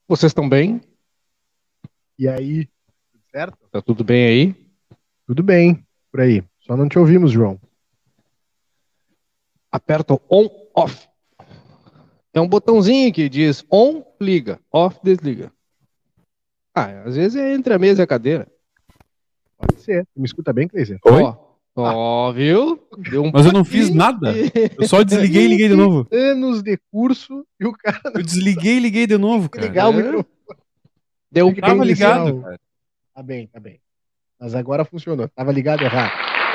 Vocês estão bem? E aí, tudo certo? Tá tudo bem aí? Tudo bem, por aí. Só não te ouvimos, João. Aperta o on, off. É um botãozinho que diz on, liga, off, desliga. Ah, às vezes é entre a mesa e a cadeira. Pode ser. Tu me escuta bem, Cleiser? Oi? Ó, Ah, viu? Deu um Mas eu não fiz pouquinho. nada. Eu só desliguei e liguei de novo. anos de curso e o cara não Eu desliguei e liguei de novo, tem que cara. ligar o microfone. Deu um Tem que Tava reiniciar ligado, o... cara. Tá bem, tá bem. Mas agora funcionou. Tava ligado errado.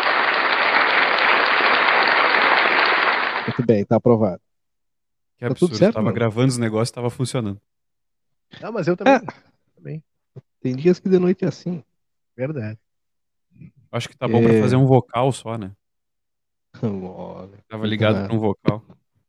Muito bem, tá aprovado. Que Tá tudo absurdo. certo, Tava mano? gravando os negócios e tava funcionando. Não, mas eu É, também. Também. tem dias que de noite é assim. Verdade. Acho que tá bom pra fazer É. um vocal só, né? Olha, Tava não tá ligado pra nada. um vocal.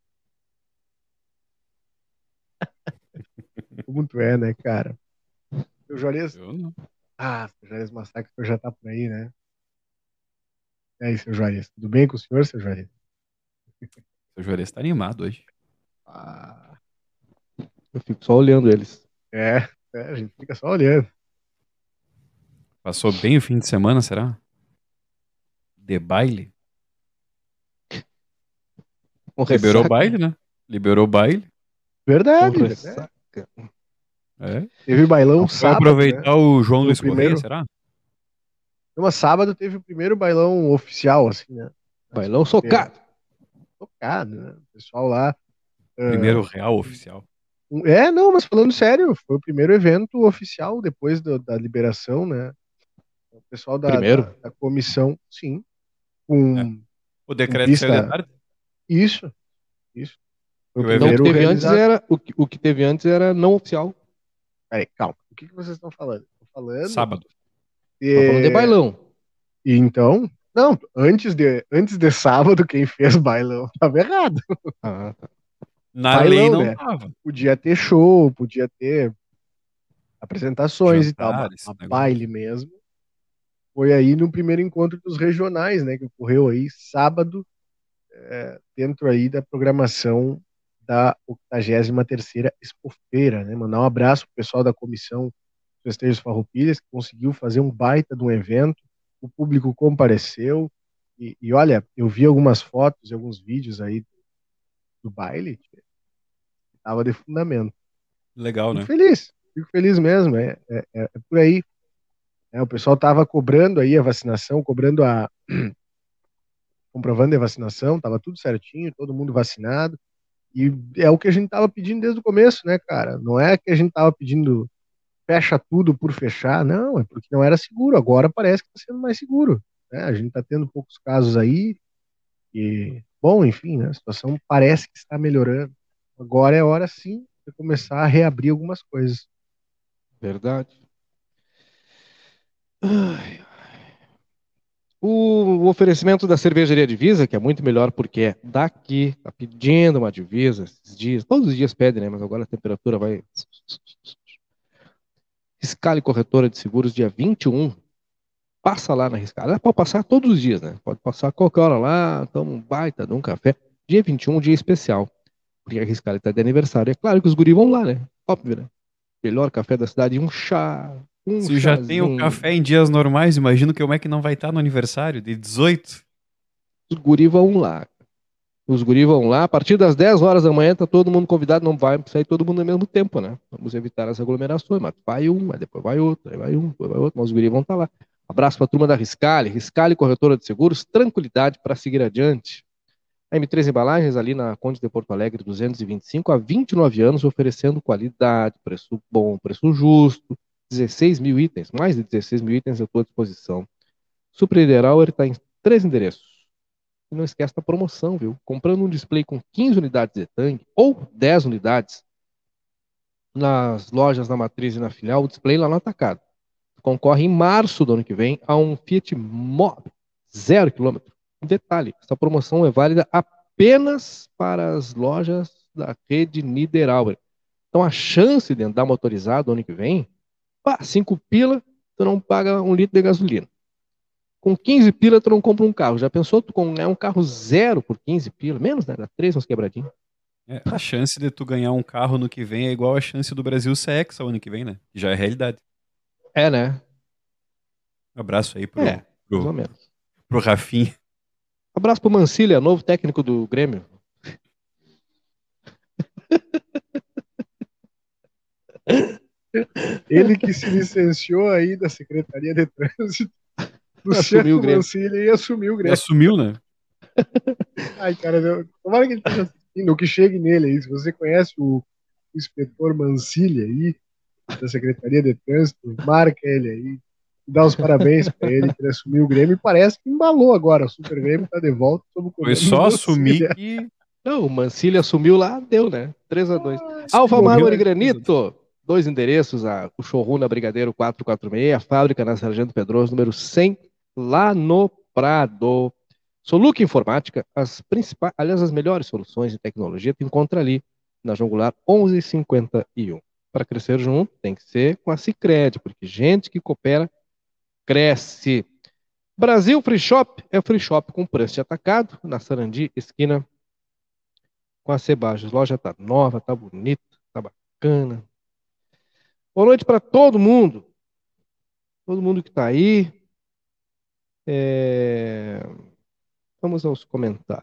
Como tu é, né, cara? O Juarez... Eu não. O Juarez Massacre já tá por aí, né? E aí, seu Juarez? Tudo bem com o senhor, seu Juarez? O Juarez tá animado hoje. Ah, Eu fico só olhando eles. a gente fica só olhando. Passou bem o fim de semana, será? De baile? Com Liberou ressaca. baile, né? Liberou baile. Com Verdade, verdade. ressaca. É. Teve bailão Não foi sábado, né? aproveitar o João Foi o Luiz Correia, primeiro. será? Uma sábado teve o primeiro bailão oficial, assim, né? Na Bailão segunda-feira. socado. Tocado, né? O pessoal lá. Primeiro ah, real oficial. não, mas falando sério, foi o primeiro evento oficial depois da liberação, né? O pessoal da, Primeiro. da, da comissão, sim, É. com, O com decreto saiu de pista. tarde. Isso, isso. Foi E o o Então o que evento primeiro teve antes realizado. era o que teve antes era não oficial. Peraí, calma. O que vocês estão falando? Estou falando. sábado. Tô falando de de- bailão. E então, não, antes de sábado, quem fez bailão estava errado. Ah, tá. Na lei Bailão, não né? tava. Podia ter show, podia ter apresentações e tal, Jantar, mas esse a baile negócio. mesmo foi aí no primeiro encontro dos regionais, né? Que ocorreu aí sábado, dentro aí da programação da 83ª Expofeira, né? Mandar um abraço pro pessoal da comissão dos Festejos Farroupilhas, que conseguiu fazer um baita de um evento, o público compareceu, e olha, eu vi algumas fotos e alguns vídeos aí do baile, tava de fundamento. Legal, né? Fico feliz mesmo, é por aí. O pessoal tava cobrando aí a vacinação, cobrando a comprovando a vacinação, tava tudo certinho, todo mundo vacinado, e é o que a gente tava pedindo desde o começo, né, cara? Não é que a gente tava pedindo fecha tudo por fechar, não, é porque não era seguro. Agora parece que está sendo mais seguro, né? A gente está tendo poucos casos aí e, bom, enfim, né? A situação parece que está melhorando. Agora é hora sim de começar a reabrir algumas coisas. Verdade. Ai. O oferecimento da cervejaria Divisa, que é muito melhor porque é daqui, tá pedindo uma divisa esses dias, todos os dias pede, né? Mas agora a temperatura vai. Riscale Corretora de Seguros, dia 21. Passa lá na Riscale. Pode passar todos os dias, né? Pode passar a qualquer hora lá, toma um baita de um café. Dia 21, dia especial. Porque a Riscale tá de aniversário. É claro que os guris vão lá, né? Óbvio, né? Melhor café da cidade, um Se já tem o chazinho. café em dias normais, imagino que o Mac não vai estar no aniversário de 18. Os guris vão lá. Os guris vão lá, a partir das 10 horas da manhã tá todo mundo convidado, não vai sair todo mundo ao mesmo tempo, né? Vamos evitar as aglomerações, mas vai um, aí depois vai outro, aí vai um, depois vai outro, mas os guris vão estar lá. Abraço para a turma da Riscale, Riscale Corretora de Seguros, tranquilidade para seguir adiante. A M3 Embalagens, ali na Conde de Porto Alegre, 225, há 29 anos, oferecendo qualidade, preço bom, preço justo, 16 mil itens, mais de 16 mil itens à tua disposição. Super Ideal, ele está em 3 endereços. E não esquece da promoção, viu? Comprando um display com 15 unidades de Tang ou 10 unidades nas lojas da Matriz e na filial, o display lá no atacado. Concorre em março do ano que vem a um Fiat Mobi 0 km. Detalhe, essa promoção é válida apenas para as lojas da rede Niederauer. Então a chance de andar motorizado ano que vem, 5 pila, tu não paga 1 litro de gasolina. Com 15 pila, tu não compra um carro. Já pensou tu ganhar um carro zero por 15 pila? Menos, né? Dá 3 uns quebradinhos. A chance de tu ganhar um carro no que vem é igual a chance do Brasil ser hexa ano que vem, né? Que já é realidade. É, né? Abraço aí É, mais ou menos. pro Rafinha. Abraço pro Mancilha, novo técnico do Grêmio. Ele que se licenciou aí da Secretaria de Trânsito, Assumiu o Luciano Grêmio. Mancini, e assumiu o Ele Grêmio. assumiu, né? Ai, cara, tomara que ele esteja assistindo, ou que chegue nele aí. Se você conhece o inspetor Mancini aí, da Secretaria de Trânsito, marca ele aí. Dá os parabéns para ele, que ele assumiu o Grêmio. E parece que embalou agora. O Super Grêmio está de volta sob o Foi comando do só assumir Mancini. que. Não, o Mancilha assumiu lá, deu, né? 3-2. Alfa que Mármore momento. Granito. 2 endereços, o showroom na Brigadeiro 446, a fábrica na Sargento Pedroso, número 100, lá no Prado. Soluc Informática, as principais, aliás, as melhores soluções de tecnologia, tu encontra ali na João Goulart 1151. Para crescer junto, tem que ser com a Sicredi, porque gente que coopera, cresce. Brasil Free Shop é free shop com preço de atacado, na Sarandi, esquina com a Cebajos. Loja tá nova, tá bonita, tá bacana. Boa noite para todo mundo que tá aí. Vamos aos comentários.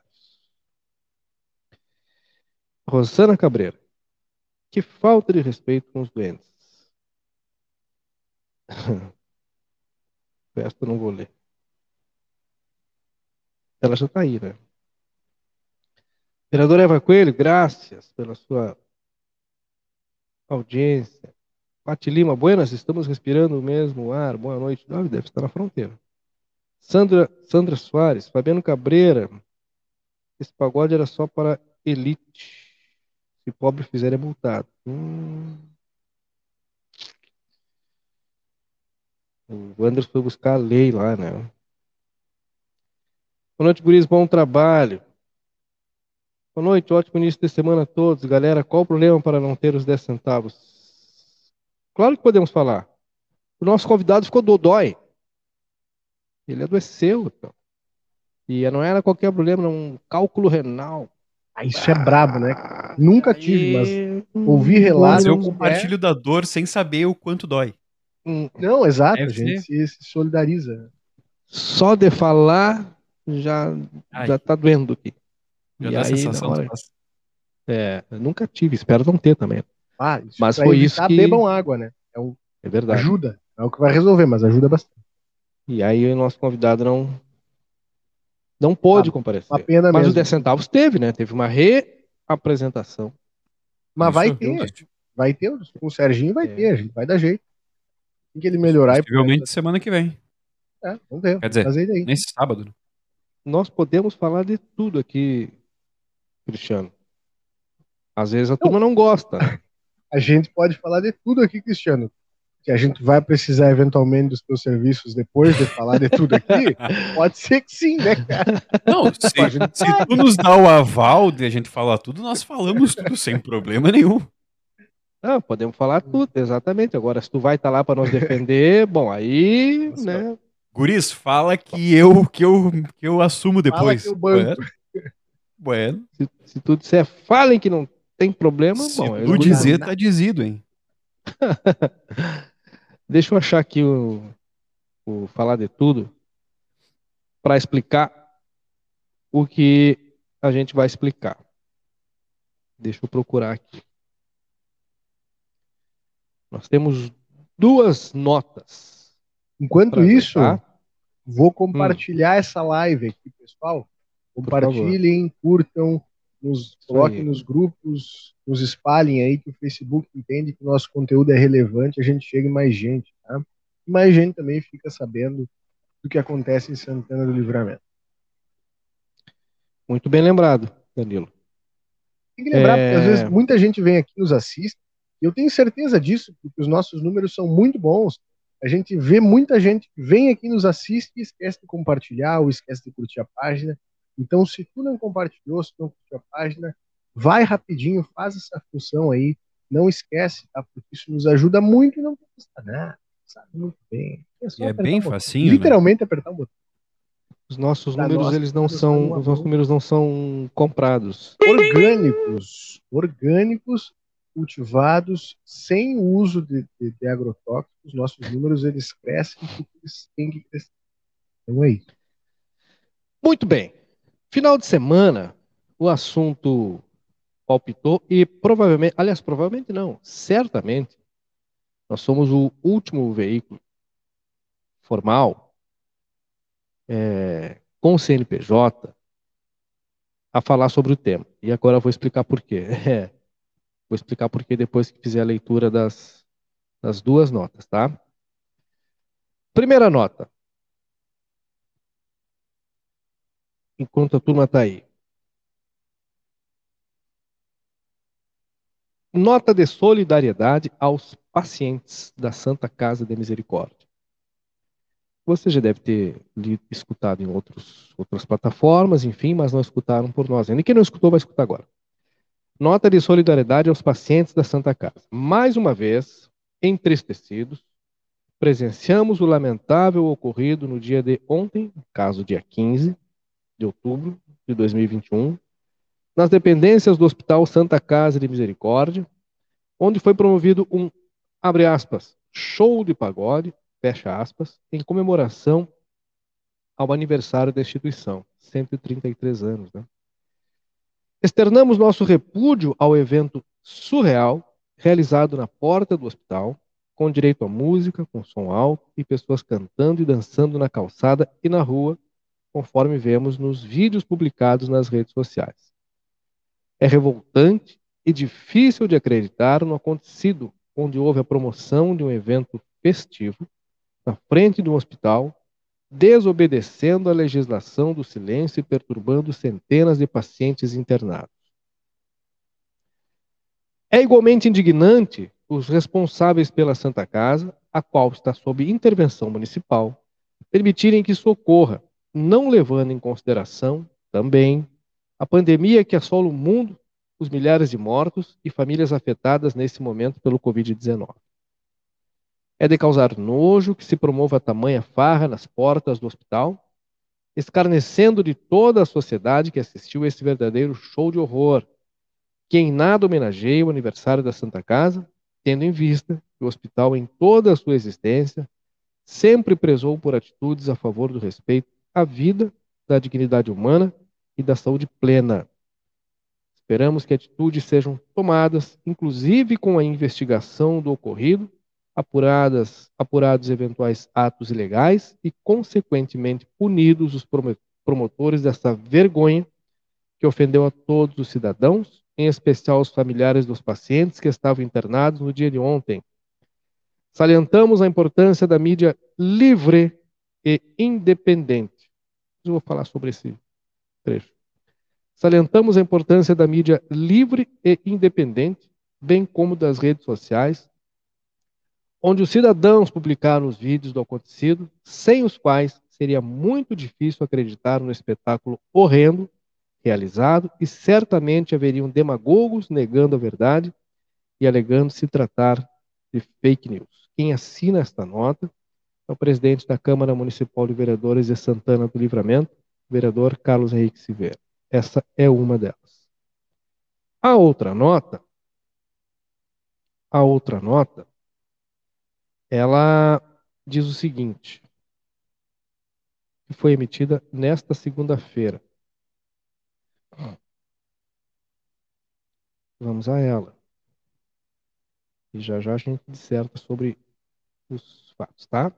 Rosana Cabreira. Que falta de respeito com os doentes. Esta eu não vou ler. Ela já tá aí, né? Vereador Eva Coelho, graças pela sua audiência. Pati Lima, buenas, estamos respirando o mesmo ar. Boa noite. Deve estar na fronteira. Sandra Soares, Fabiano Cabreira. Esse pagode era só para elite. Se pobre fizer é multado. O Anderson foi buscar a lei lá, né? Boa noite, guris, bom trabalho. Boa noite, ótimo início de semana a todos. Galera, qual o problema para não ter os 10 centavos? Claro que podemos falar. O nosso convidado ficou dodói. Ele adoeceu. Então. E não era qualquer problema, era um cálculo renal. Isso é brabo, né? Nunca tive, mas ouvi relatos. Mas eu compartilho da dor sem saber o quanto dói. Não, exato, Deve a gente se solidariza. Só de falar já tá doendo aqui. Já e dá a aí, sensação na hora... eu nunca tive, espero não ter também. Isso mas foi isso que... bebam água, né? É verdade. Ajuda. Não é o que vai resolver, mas ajuda bastante. E aí o nosso convidado não pôde comparecer. Uma pena mas mesmo. os 10 centavos teve, né? Teve uma reapresentação. Mas vai ter. Vai ter. Com o Serginho vai ter. A gente vai dar jeito. Tem que ele melhorar. Possivelmente semana que vem. Vamos ver. Quer dizer, fazer aí. nesse sábado. Né? Nós podemos falar de tudo aqui, Cristiano. Às vezes a turma não gosta. Né? A gente pode falar de tudo aqui, Cristiano. Que a gente vai precisar eventualmente dos teus serviços depois de falar de tudo aqui, pode ser que sim, né, cara? Não, se tu nos dá o aval de a gente falar tudo, nós falamos tudo sem problema nenhum. Não, podemos falar tudo, exatamente. Agora, se tu vai estar lá para nos defender, bom, aí, nossa, né? Guris, fala que eu assumo depois. Fala que eu banco. Bueno. Se tu disser, falem que não tem problema, se bom. Se tu dizer, tá dizido, hein? Deixa eu achar aqui o falar de tudo para explicar o que a gente vai explicar. Deixa eu procurar aqui. Nós temos 2 notas. Enquanto isso, vou compartilhar essa live aqui, pessoal. Compartilhem, curtam, coloquem nos grupos, nos espalhem aí, que o Facebook entende que o nosso conteúdo é relevante, a gente chega em mais gente, tá? E mais gente também fica sabendo do que acontece em Santana do Livramento. Muito bem lembrado, Danilo. Tem que lembrar, porque às vezes muita gente vem aqui e nos assiste, e eu tenho certeza disso, porque os nossos números são muito bons. A gente vê muita gente que vem aqui, nos assiste e esquece de compartilhar ou esquece de curtir a página. Então, se tu não compartilhou, se tu não curtiu a página, vai rapidinho, faz essa função aí, não esquece, tá? Porque isso nos ajuda muito e não custa nada, sabe muito bem. É bem facinho, literalmente, né? Apertar um botão. Os nossos Pra números, nós, eles não estamos dando são, uma os nossos mão. números não são comprados. Orgânicos, cultivados, sem o uso de agrotóxicos, nossos números eles crescem porque eles têm que crescer. Então é isso. Muito bem. Final de semana, o assunto palpitou e provavelmente, aliás, provavelmente não, certamente, nós somos o último veículo formal com CNPJ a falar sobre o tema. E agora eu vou explicar por quê. Vou explicar por quê depois que fizer a leitura das duas notas, tá? Primeira nota. Enquanto a turma está aí. Nota de solidariedade aos pacientes da Santa Casa de Misericórdia. Você já deve ter escutado em outras plataformas, enfim, mas não escutaram por nós ainda. E quem não escutou vai escutar agora. Nota de solidariedade aos pacientes da Santa Casa. Mais uma vez, entristecidos, presenciamos o lamentável ocorrido no dia de ontem, caso dia 15 de outubro de 2021, nas dependências do Hospital Santa Casa de Misericórdia, onde foi promovido um, abre aspas, show de pagode, fecha aspas, em comemoração ao aniversário da instituição, 133 anos, né? Externamos nosso repúdio ao evento surreal realizado na porta do hospital, com direito à música, com som alto e pessoas cantando e dançando na calçada e na rua, conforme vemos nos vídeos publicados nas redes sociais. É revoltante e difícil de acreditar no acontecido, onde houve a promoção de um evento festivo na frente de um hospital, desobedecendo a legislação do silêncio e perturbando centenas de pacientes internados. É igualmente indignante os responsáveis pela Santa Casa, a qual está sob intervenção municipal, permitirem que isso ocorra, não levando em consideração, também, a pandemia que assola o mundo, os milhares de mortos e famílias afetadas nesse momento pelo Covid-19. É de causar nojo que se promova tamanha farra nas portas do hospital, escarnecendo de toda a sociedade que assistiu a esse verdadeiro show de horror, que em nada homenageia o aniversário da Santa Casa, tendo em vista que o hospital, em toda a sua existência, sempre prezou por atitudes a favor do respeito à vida, da dignidade humana e da saúde plena. Esperamos que atitudes sejam tomadas, inclusive com a investigação do ocorrido, apurados eventuais atos ilegais e, consequentemente, punidos os promotores dessa vergonha que ofendeu a todos os cidadãos, em especial os familiares dos pacientes que estavam internados no dia de ontem. Salientamos a importância da mídia livre e independente. Eu vou falar sobre esse trecho. Salientamos a importância da mídia livre e independente, bem como das redes sociais, onde os cidadãos publicaram os vídeos do acontecido, sem os quais seria muito difícil acreditar no espetáculo horrendo realizado e certamente haveriam demagogos negando a verdade e alegando se tratar de fake news. Quem assina esta nota é o presidente da Câmara Municipal de Vereadores de Santana do Livramento, vereador Carlos Henrique Silveira. Essa é uma delas. A outra nota, ela diz o seguinte, que foi emitida nesta segunda-feira. Vamos a ela. E já já a gente disserta sobre os fatos, tá?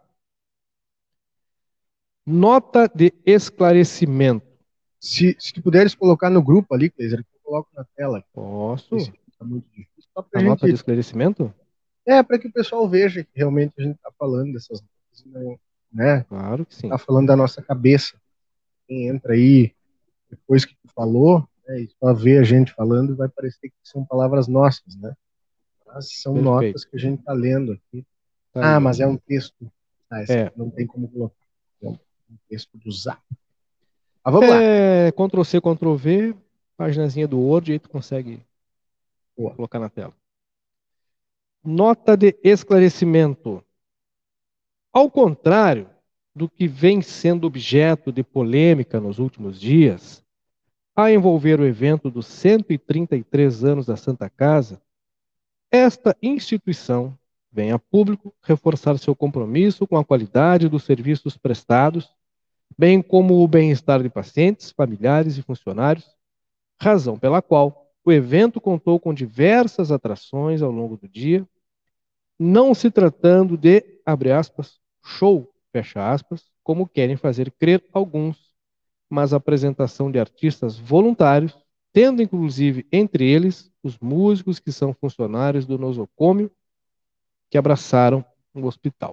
Nota de esclarecimento. Se tu puderes colocar no grupo ali, Kleiser, eu coloco na tela. Posso? Esse aqui tá muito difícil. Só pra A gente... nota de esclarecimento? para que o pessoal veja que realmente a gente está falando dessas coisas, né? Claro que sim. Tá falando da nossa cabeça. Quem entra aí depois que tu falou, né, e só vê a gente falando, vai parecer que são palavras nossas, né? Mas são Perfeito. notas que a gente está lendo aqui. Tá aí, mas é um texto. Esse É. aqui não tem como colocar. É um texto do Zap. Mas vamos lá. Ctrl+C, Ctrl+V, paginazinha do Word, aí tu consegue Boa. colocar na tela. Nota de esclarecimento. Ao contrário do que vem sendo objeto de polêmica nos últimos dias, a envolver o evento dos 133 anos da Santa Casa, esta instituição vem a público reforçar seu compromisso com a qualidade dos serviços prestados, bem como o bem-estar de pacientes, familiares e funcionários, razão pela qual o evento contou com diversas atrações ao longo do dia, não se tratando de, abre aspas, show, fecha aspas, como querem fazer crer alguns, mas apresentação de artistas voluntários, tendo inclusive entre eles os músicos que são funcionários do nosocômio que abraçaram o hospital.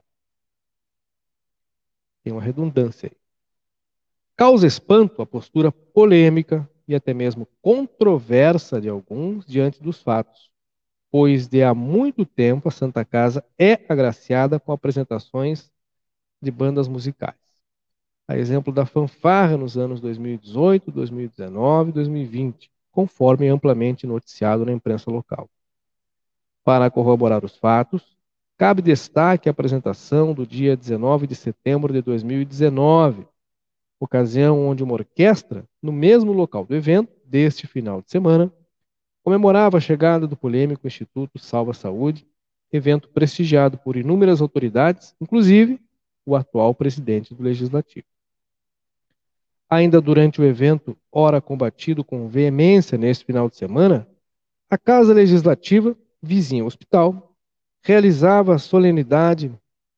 Tem uma redundância aí. Causa espanto a postura polêmica e até mesmo controversa de alguns diante dos fatos, pois de há muito tempo a Santa Casa é agraciada com apresentações de bandas musicais. A exemplo da fanfarra nos anos 2018, 2019 e 2020, conforme amplamente noticiado na imprensa local. Para corroborar os fatos, cabe destaque a apresentação do dia 19 de setembro de 2019, ocasião onde uma orquestra, no mesmo local do evento, deste final de semana, comemorava a chegada do polêmico Instituto Salva Saúde, evento prestigiado por inúmeras autoridades, inclusive o atual presidente do Legislativo. Ainda durante o evento, ora combatido com veemência neste final de semana, a Casa Legislativa, vizinha ao hospital, realizava a solenidade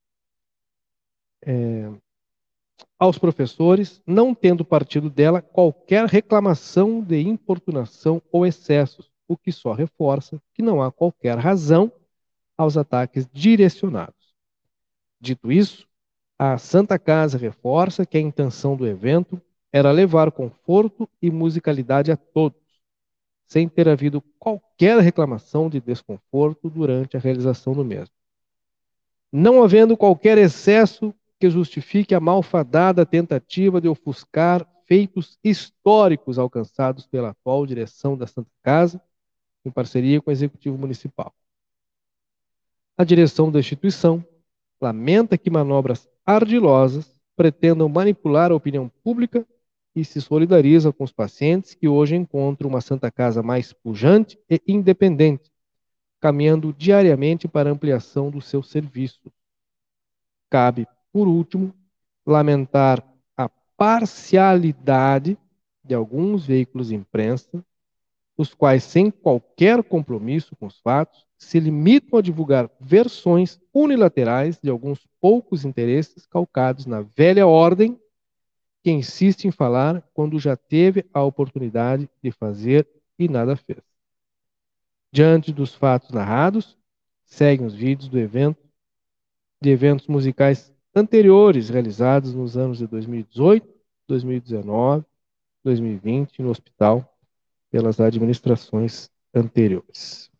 aos professores, não tendo partido dela qualquer reclamação de importunação ou excessos, o que só reforça que não há qualquer razão aos ataques direcionados. Dito isso, a Santa Casa reforça que a intenção do evento era levar conforto e musicalidade a todos, sem ter havido qualquer reclamação de desconforto durante a realização do mesmo. Não havendo qualquer excesso que justifique a malfadada tentativa de ofuscar feitos históricos alcançados pela atual direção da Santa Casa, em parceria com o Executivo Municipal. A direção da instituição lamenta que manobras ardilosas pretendam manipular a opinião pública e se solidariza com os pacientes que hoje encontram uma Santa Casa mais pujante e independente, caminhando diariamente para a ampliação do seu serviço. Cabe, por último, lamentar a parcialidade de alguns veículos de imprensa, os quais, sem qualquer compromisso com os fatos, se limitam a divulgar versões unilaterais de alguns poucos interesses calcados na velha ordem que insiste em falar quando já teve a oportunidade de fazer e nada fez. Diante dos fatos narrados, seguem os vídeos do evento, de eventos musicais anteriores realizados nos anos de 2018, 2019, 2020 no hospital pelas administrações anteriores.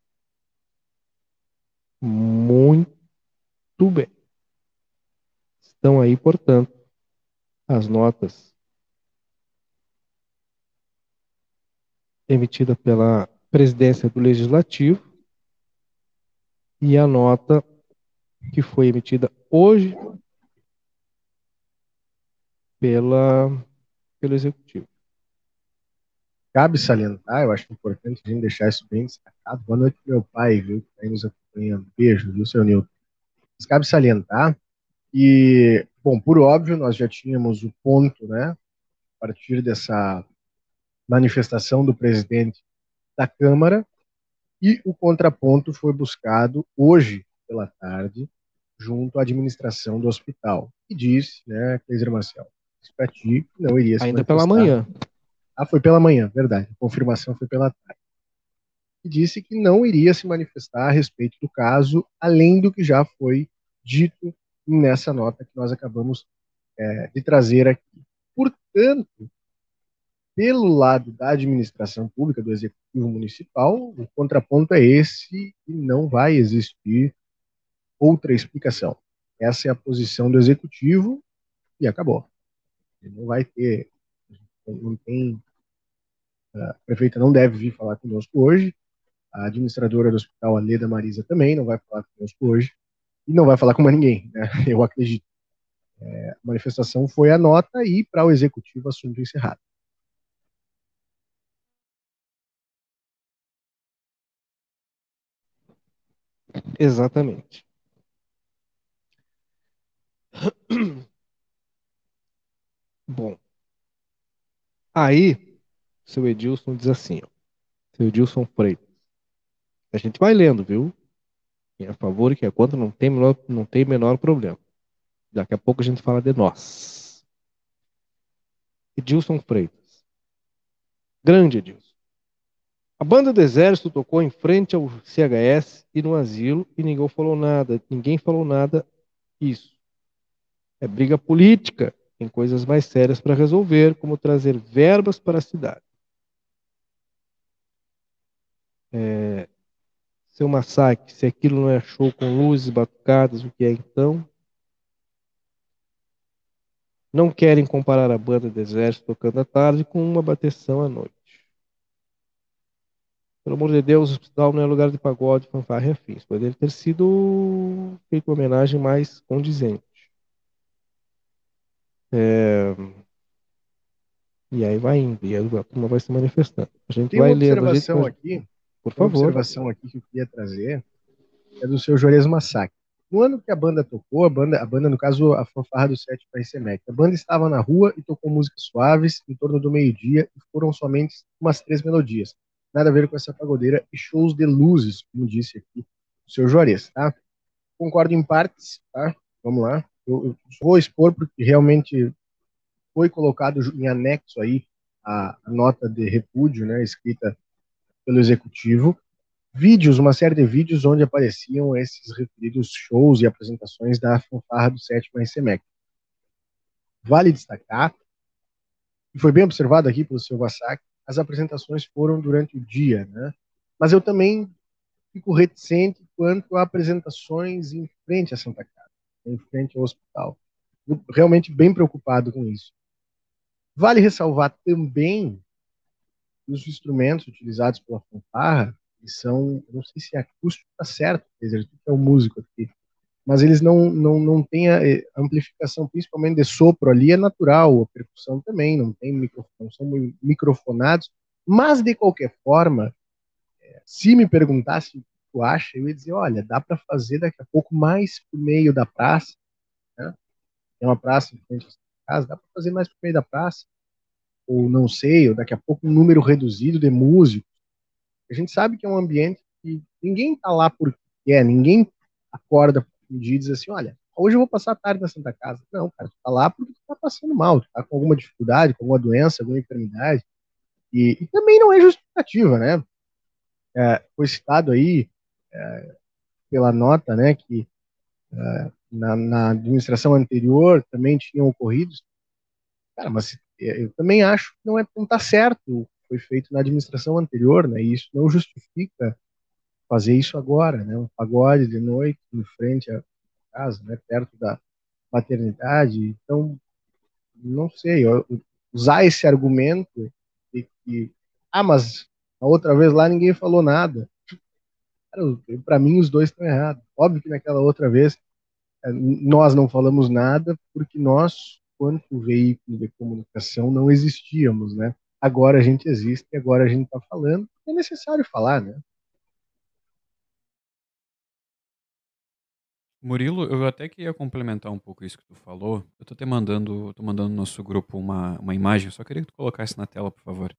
Muito bem. Estão aí, portanto, as notas emitidas pela presidência do Legislativo e a nota que foi emitida hoje pelo Executivo. Cabe salientar, eu acho importante a gente deixar isso bem destacado. Boa noite, meu pai, viu, que está aí nos acompanhando. Beijo, viu, seu Nilton? Mas cabe salientar que, bom, por óbvio, nós já tínhamos o ponto, né, a partir dessa manifestação do presidente da Câmara, e o contraponto foi buscado hoje pela tarde, junto à administração do hospital, que disse, né, Cleiser Marcel, para ti, não iria se ainda pela manhã. Ah, foi pela manhã, verdade. A confirmação foi pela tarde. E disse que não iria se manifestar a respeito do caso, além do que já foi dito nessa nota que nós acabamos de trazer aqui. Portanto, pelo lado da administração pública, do Executivo Municipal, o contraponto é esse e não vai existir outra explicação. Essa é a posição do Executivo e acabou. Não vai ter, não tem, a prefeita não deve vir falar conosco hoje, a administradora do hospital, a Leda Marisa, também não vai falar conosco hoje, e não vai falar com mais ninguém, né? Eu acredito. A manifestação foi a nota e para o executivo assunto encerrado. Exatamente. Bom, aí, seu Edilson diz assim, ó, seu Edilson Freitas, a gente vai lendo, viu? Quem é a favor e quem é contra não tem menor problema. Daqui a pouco a gente fala de nós. Edilson Freitas. Grande Edilson. A banda do Exército tocou em frente ao CHS e no asilo e ninguém falou nada. Ninguém falou nada. Isso. É briga política. Tem coisas mais sérias para resolver, como trazer verbas para a cidade. Seu Massacre, se aquilo não é show com luzes, batucadas, o que é então? Não querem comparar a banda do Exército tocando à tarde com uma bateção à noite. Pelo amor de Deus, o hospital não é lugar de pagode, fanfarra e afins. Poderia ter sido feita uma homenagem mais condizente. E aí vai indo, e a turma vai se manifestando. A gente Tem uma vai lendo, a gente observação aqui, por uma favor. observação aqui que eu queria trazer, é do seu Juarez Massacre. No ano que a banda tocou, a banda, no caso, a fanfarra do 7 para ICMEC, a banda estava na rua e tocou músicas suaves em torno do meio-dia e foram somente umas 3 melodias. Nada a ver com essa pagodeira e shows de luzes, como disse aqui o seu Juarez, tá? Concordo em partes, tá? Vamos lá. Eu vou expor porque realmente foi colocado em anexo aí a nota de repúdio, né, escrita pelo executivo. Vídeos, uma série de vídeos onde apareciam esses referidos shows e apresentações da fanfarra do 7º ICMEC. Vale destacar, e foi bem observado aqui pelo seu Vassac, as apresentações foram durante o dia, né? Mas eu também fico reticente quanto a apresentações em frente à Santa Casa, em frente ao hospital. Eu realmente bem preocupado com isso. Vale ressalvar também que os instrumentos utilizados pela fanfarra são, não sei se acústico está certo, que é o músico aqui, mas eles não têm a amplificação, principalmente de sopro ali, é natural, a percussão também, não tem microfone, são microfonados, mas de qualquer forma, se me perguntasse o que tu acha, eu ia dizer, olha, dá para fazer daqui a pouco mais por meio da praça, né? Tem uma praça em frente à casa, dá para fazer mais por meio da praça, ou não sei, ou daqui a pouco um número reduzido de músicos. A gente sabe que é um ambiente que ninguém está lá porque quer, ninguém acorda um dia e diz assim, olha, hoje eu vou passar a tarde na Santa Casa. Não, cara, tu tá lá porque tu tá passando mal, tu tá com alguma dificuldade, com alguma doença, alguma enfermidade, e também não é justificativa, né? Foi citado aí pela nota, né, que na administração anterior também tinham ocorrido, cara, mas eu também acho que não tá certo o que foi feito na administração anterior, né, e isso não justifica fazer isso agora, né? Um pagode de noite em frente à casa, né? Perto da maternidade. Então, não sei, usar esse argumento de que, mas a outra vez lá ninguém falou nada. Para mim, os dois estão errados. Óbvio que naquela outra vez nós não falamos nada porque nós, quanto veículo de comunicação, não existíamos, né? Agora a gente existe e agora a gente está falando. É necessário falar, né? Murilo, eu até queria complementar um pouco isso que tu falou. Eu tô mandando no nosso grupo uma imagem, só queria que tu colocasse na tela, por favor.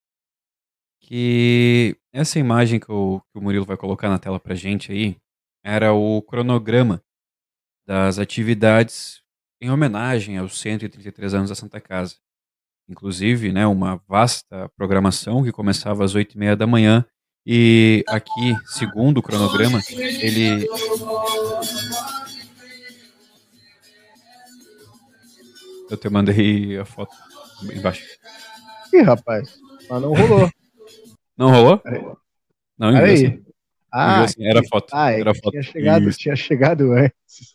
Que essa imagem que o Murilo vai colocar na tela pra gente aí era o cronograma das atividades em homenagem aos 133 anos da Santa Casa. Inclusive, né, uma vasta programação que começava às 8h30 da manhã. E aqui, segundo o cronograma, ele. Eu te mandei a foto embaixo. Ih, rapaz, mas não rolou. Não rolou? Não, enviou Peraí. sim. Enviou sim, era foto. É Era que foto. tinha chegado antes.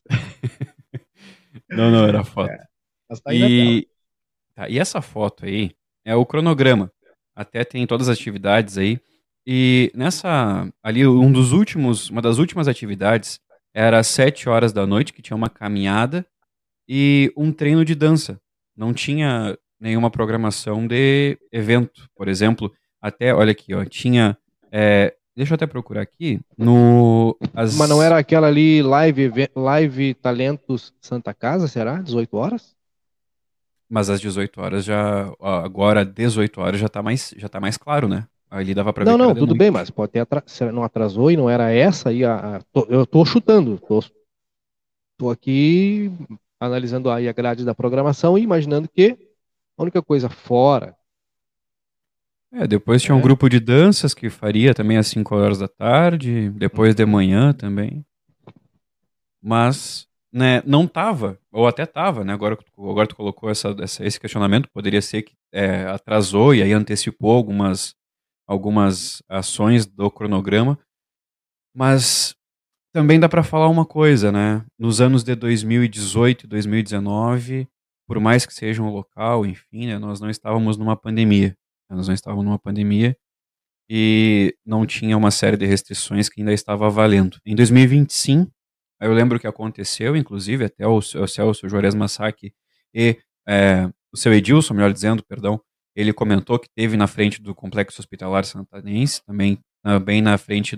Não, era foto. Mas tá aí na tela. E essa foto aí é o cronograma. Até tem todas as atividades aí. E ali uma das últimas atividades era às 7 horas da noite, que tinha uma caminhada e um treino de dança. Não tinha nenhuma programação de evento, por exemplo. Até, olha aqui, ó, tinha. Deixa eu até procurar aqui. No. Mas não era aquela ali, live Talentos Santa Casa, será? 18 horas? Mas às 18 horas já. Ó, agora, 18 horas já tá mais claro, né? Ali dava pra ver Não, que era não, de tudo bem, noite. mas pode ter se não atrasou e não era essa aí eu tô chutando, tô aqui analisando aí a grade da programação e imaginando que a única coisa fora, Depois tinha um né? grupo de danças que faria também às 5 horas da tarde, depois de Uhum. manhã também. Mas, né, não tava, ou até tava, né? Agora tu colocou esse questionamento, poderia ser que atrasou e aí antecipou algumas ações do cronograma, mas também dá para falar uma coisa, né? Nos anos de 2018 e 2019, por mais que seja um local, enfim, né, nós não estávamos numa pandemia. Nós não estávamos numa pandemia e não tinha uma série de restrições que ainda estava valendo. Em 2020, sim, eu lembro que aconteceu, inclusive, até o Celso Juarez Massacchi e o seu Edilson, melhor dizendo, perdão, ele comentou que teve na frente do Complexo Hospitalar Santanense, também na frente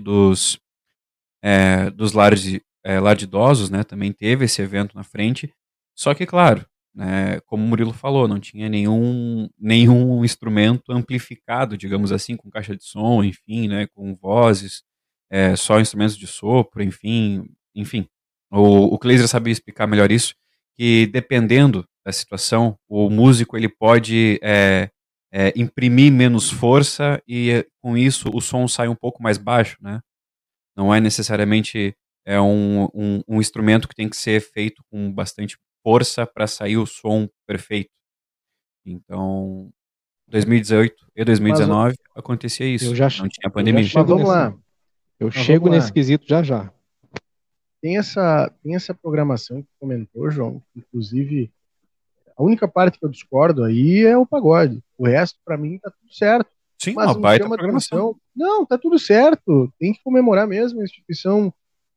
dos lar de idosos, né, também teve esse evento na frente, só que, claro, né, como o Murilo falou, não tinha nenhum instrumento amplificado, digamos assim, com caixa de som, enfim, né, com vozes, só instrumentos de sopro, enfim. O Kleiser sabia explicar melhor isso, que dependendo da situação, o músico ele pode imprimir menos força e com isso o som sai um pouco mais baixo, né? Não é necessariamente um instrumento que tem que ser feito com bastante força para sair o som perfeito. Então, 2018 e Mas, 2019 acontecia Eu isso. já, Não tinha eu já pandemia. mas chego vamos nesse, lá, eu mas vamos chego nesse lá. quesito já já. Tem essa programação que comentou, João. Inclusive, a única parte que eu discordo aí é o pagode. O resto, para mim, tá tudo certo. Sim, Mas uma me baita chama programação. atenção. Não, tá tudo certo. Tem que comemorar mesmo. A instituição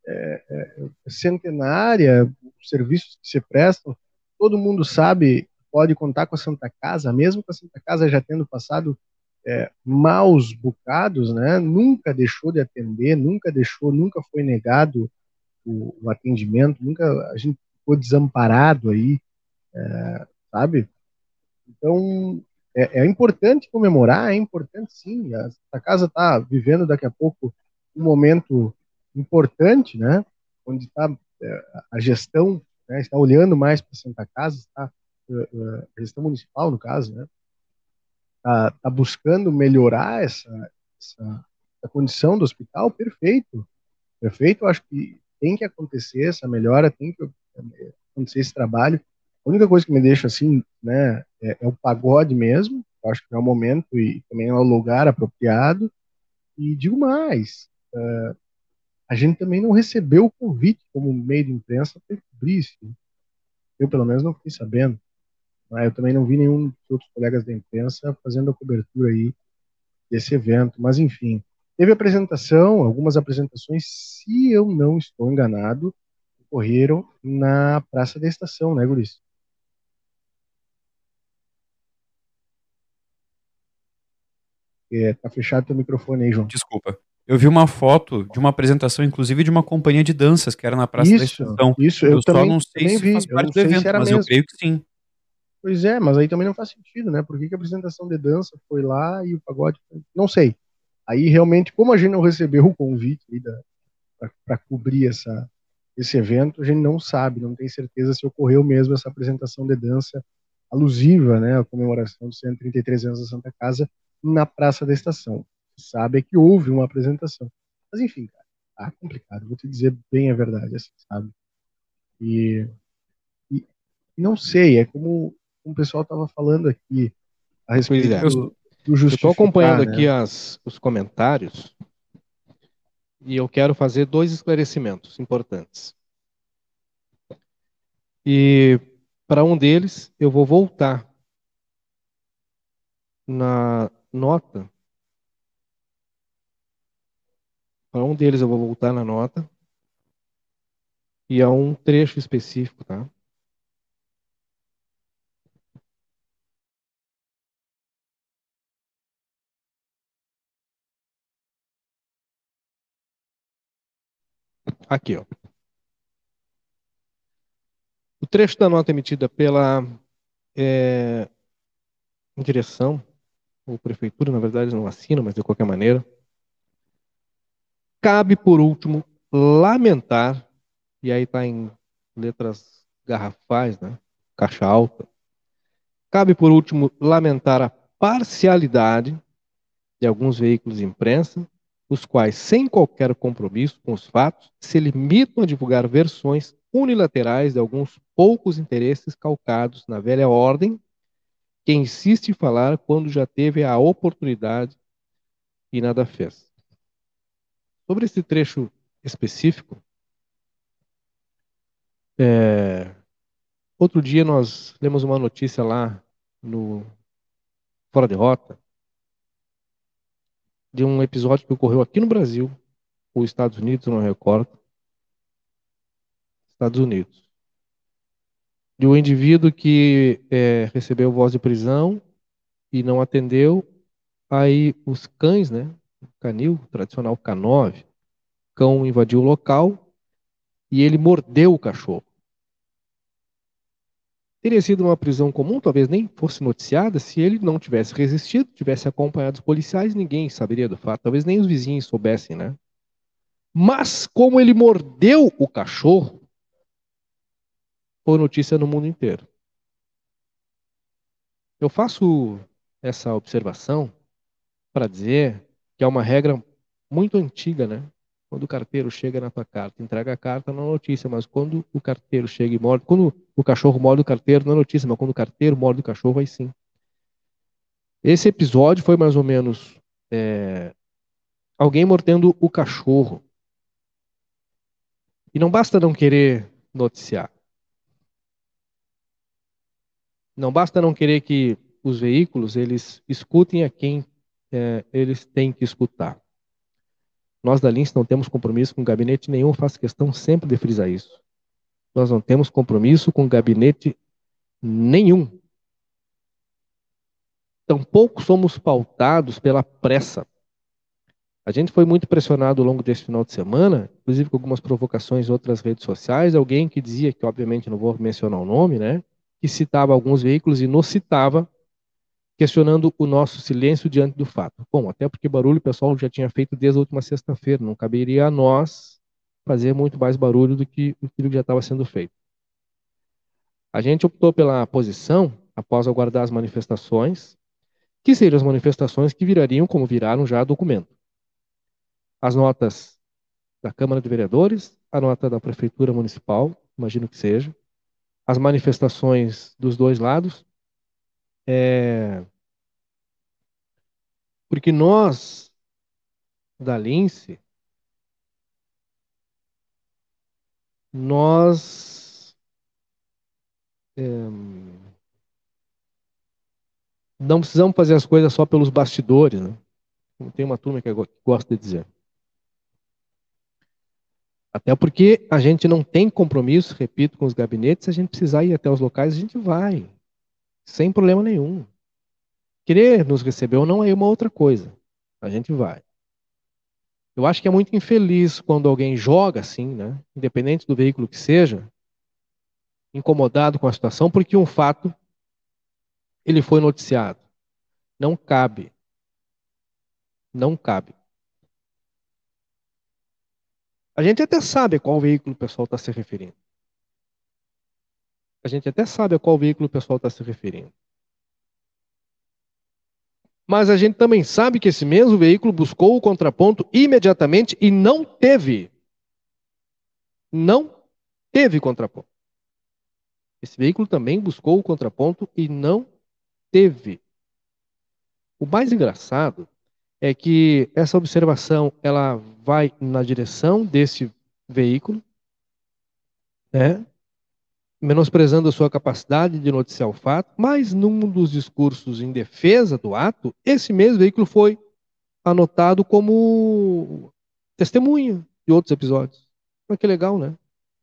centenária, os serviços que se prestam. Todo mundo sabe, pode contar com a Santa Casa, mesmo com a Santa Casa já tendo passado maus bocados, né? Nunca deixou de atender, nunca foi negado o atendimento, nunca a gente ficou desamparado aí, sabe? Então, é importante comemorar, é importante sim. A casa está vivendo daqui a pouco um momento importante, né? Onde está a gestão, né, está olhando mais para a Santa Casa, a gestão municipal, no caso, né? Está buscando melhorar essa condição do hospital, perfeito. Perfeito, eu acho que tem que acontecer essa melhora, tem que acontecer esse trabalho. A única coisa que me deixa assim, né, é o pagode mesmo. Eu acho que é o momento e também é o lugar apropriado. E digo mais, a gente também não recebeu o convite como meio de imprensa para cobrir isso. Eu, pelo menos, não fiquei sabendo. Né? Eu também não vi nenhum dos outros colegas da imprensa fazendo a cobertura aí desse evento. Mas, enfim, teve apresentação, algumas apresentações, se eu não estou enganado, ocorreram na Praça da Estação, né, Guris? Tá fechado teu microfone aí, João. Desculpa. Eu vi uma foto de uma apresentação, inclusive, de uma companhia de danças que era na Praça da Estação. Isso, Eu eu só também, não sei também se vi. faz Eu não parte do sei se evento, era mas eu mesmo. creio que sim. Pois é, mas aí também não faz sentido, né? Por que que a apresentação de dança foi lá e o pagode foi... Não sei. Aí realmente, como a gente não recebeu o convite para cobrir esse evento, a gente não sabe, não tem certeza se ocorreu mesmo essa apresentação de dança alusiva, né, à comemoração dos 133 anos da Santa Casa na Praça da Estação. Sabe é que houve uma apresentação. Mas enfim, cara, tá complicado, vou te dizer bem a verdade, assim, sabe? E, e não sei, é como o pessoal estava falando aqui a Pois respeito é. Eu, do Eu estou acompanhando justificar, aqui né? os comentários e eu quero fazer dois esclarecimentos importantes. E para um deles, eu vou voltar na nota. Para um deles, eu vou voltar na nota e a um trecho específico, tá? Aqui, ó. O trecho da nota emitida pela direção, ou prefeitura, na verdade, eles não assinam, mas de qualquer maneira. Cabe, por último, lamentar, e aí está em letras garrafais, né? Caixa alta. Cabe, por último, lamentar a parcialidade de alguns veículos de imprensa, os quais, sem qualquer compromisso com os fatos, se limitam a divulgar versões unilaterais de alguns poucos interesses calcados na velha ordem, que insiste em falar quando já teve a oportunidade e nada fez. Sobre esse trecho específico, outro dia nós lemos uma notícia lá no Fora de Rota de um episódio que ocorreu aqui no Brasil, ou Estados Unidos, não recordo, Estados Unidos, de um indivíduo que recebeu voz de prisão e não atendeu, aí os cães, né, o canil, o tradicional K9, cão invadiu o local e ele mordeu o cachorro. Teria sido uma prisão comum, talvez nem fosse noticiada, se ele não tivesse resistido, tivesse acompanhado os policiais, ninguém saberia do fato, talvez nem os vizinhos soubessem, né? Mas como ele mordeu o cachorro, foi notícia no mundo inteiro. Eu faço essa observação para dizer que é uma regra muito antiga, né? Quando o carteiro chega na tua carta, entrega a carta, não é notícia, mas quando o carteiro chega e morde, quando o cachorro morde o carteiro, não é notícia, mas quando o carteiro morde o cachorro, aí sim. Esse episódio foi mais ou menos alguém mordendo o cachorro. E não basta não querer noticiar. Não basta não querer que os veículos eles escutem a quem eles têm que escutar. Nós da Lince não temos compromisso com gabinete nenhum, faço questão sempre de frisar isso. Nós não temos compromisso com gabinete nenhum. Tampouco somos pautados pela pressa. A gente foi muito pressionado ao longo desse final de semana, inclusive com algumas provocações em outras redes sociais, alguém que dizia, que obviamente não vou mencionar o nome, né, que citava alguns veículos e nos citava, questionando o nosso silêncio diante do fato. Bom, até porque barulho o pessoal já tinha feito desde a última sexta-feira, não caberia a nós fazer muito mais barulho do que aquilo que já estava sendo feito. A gente optou pela posição, após aguardar as manifestações, que seriam as manifestações que virariam, como viraram já, documento. As notas da Câmara de Vereadores, a nota da Prefeitura Municipal, imagino que seja, as manifestações dos dois lados, porque nós, da Lince, nós não precisamos fazer as coisas só pelos bastidores, né? Como tem uma turma que gosta de dizer. Até porque a gente não tem compromisso, repito, com os gabinetes, se a gente precisar ir até os locais, a gente vai, sem problema nenhum. Querer nos receber ou não é uma outra coisa. A gente vai. Eu acho que é muito infeliz quando alguém joga assim, né? Independente do veículo que seja, incomodado com a situação, porque um fato ele foi noticiado. Não cabe. Não cabe. A gente até sabe a qual veículo o pessoal está se referindo. A gente até sabe a qual veículo o pessoal está se referindo. Mas a gente também sabe que esse mesmo veículo buscou o contraponto imediatamente e não teve. Não teve contraponto. Esse veículo também buscou o contraponto e não teve. O mais engraçado é que essa observação ela vai na direção desse veículo, né? Menosprezando a sua capacidade de noticiar o fato, mas num dos discursos em defesa do ato, esse mesmo veículo foi anotado como testemunha de outros episódios. Mas que legal, né?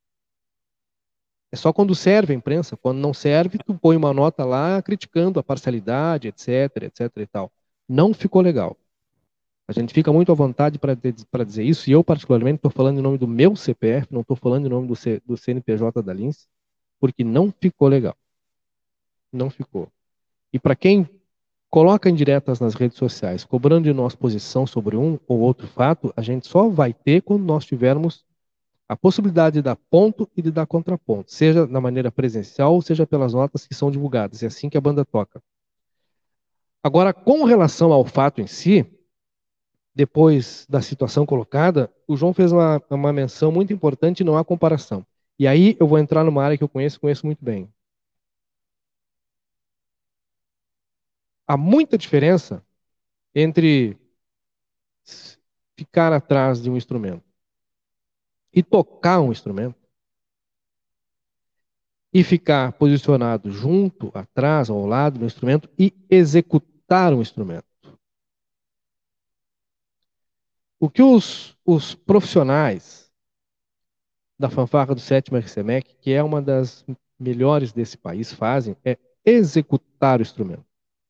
É só quando serve a imprensa, quando não serve, tu põe uma nota lá criticando a parcialidade, etc, etc e tal. Não ficou legal. A gente fica muito à vontade para dizer isso, e eu particularmente estou falando em nome do meu CPF, não estou falando em nome do CNPJ da Lince, porque não ficou legal. Não ficou. E para quem coloca indiretas nas redes sociais, cobrando de nós posição sobre um ou outro fato, a gente só vai ter quando nós tivermos a possibilidade de dar ponto e de dar contraponto, seja na maneira presencial, seja pelas notas que são divulgadas. É assim que a banda toca. Agora, com relação ao fato em si, depois da situação colocada, o João fez uma menção muito importante, não há comparação. E aí eu vou entrar numa área que eu conheço muito bem. Há muita diferença entre ficar atrás de um instrumento e tocar um instrumento e ficar posicionado junto, atrás, ao lado do instrumento e executar um instrumento. O que os profissionais da fanfarra do Sétimo RCMEC, que é uma das melhores desse país, fazem é executar o instrumento.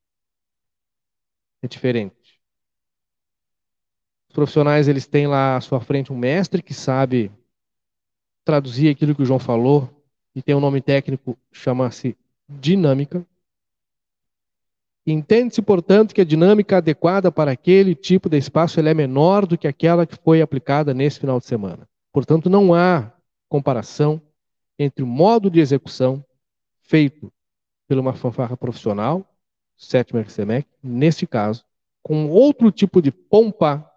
É diferente. Os profissionais, eles têm lá à sua frente um mestre que sabe traduzir aquilo que o João falou, e tem um nome técnico, chama-se dinâmica. Entende-se, portanto, que a dinâmica adequada para aquele tipo de espaço ela é menor do que aquela que foi aplicada nesse final de semana. Portanto, não há comparação entre o modo de execução feito por uma fanfarra profissional, sétimo RCMEC, neste caso, com outro tipo de pompa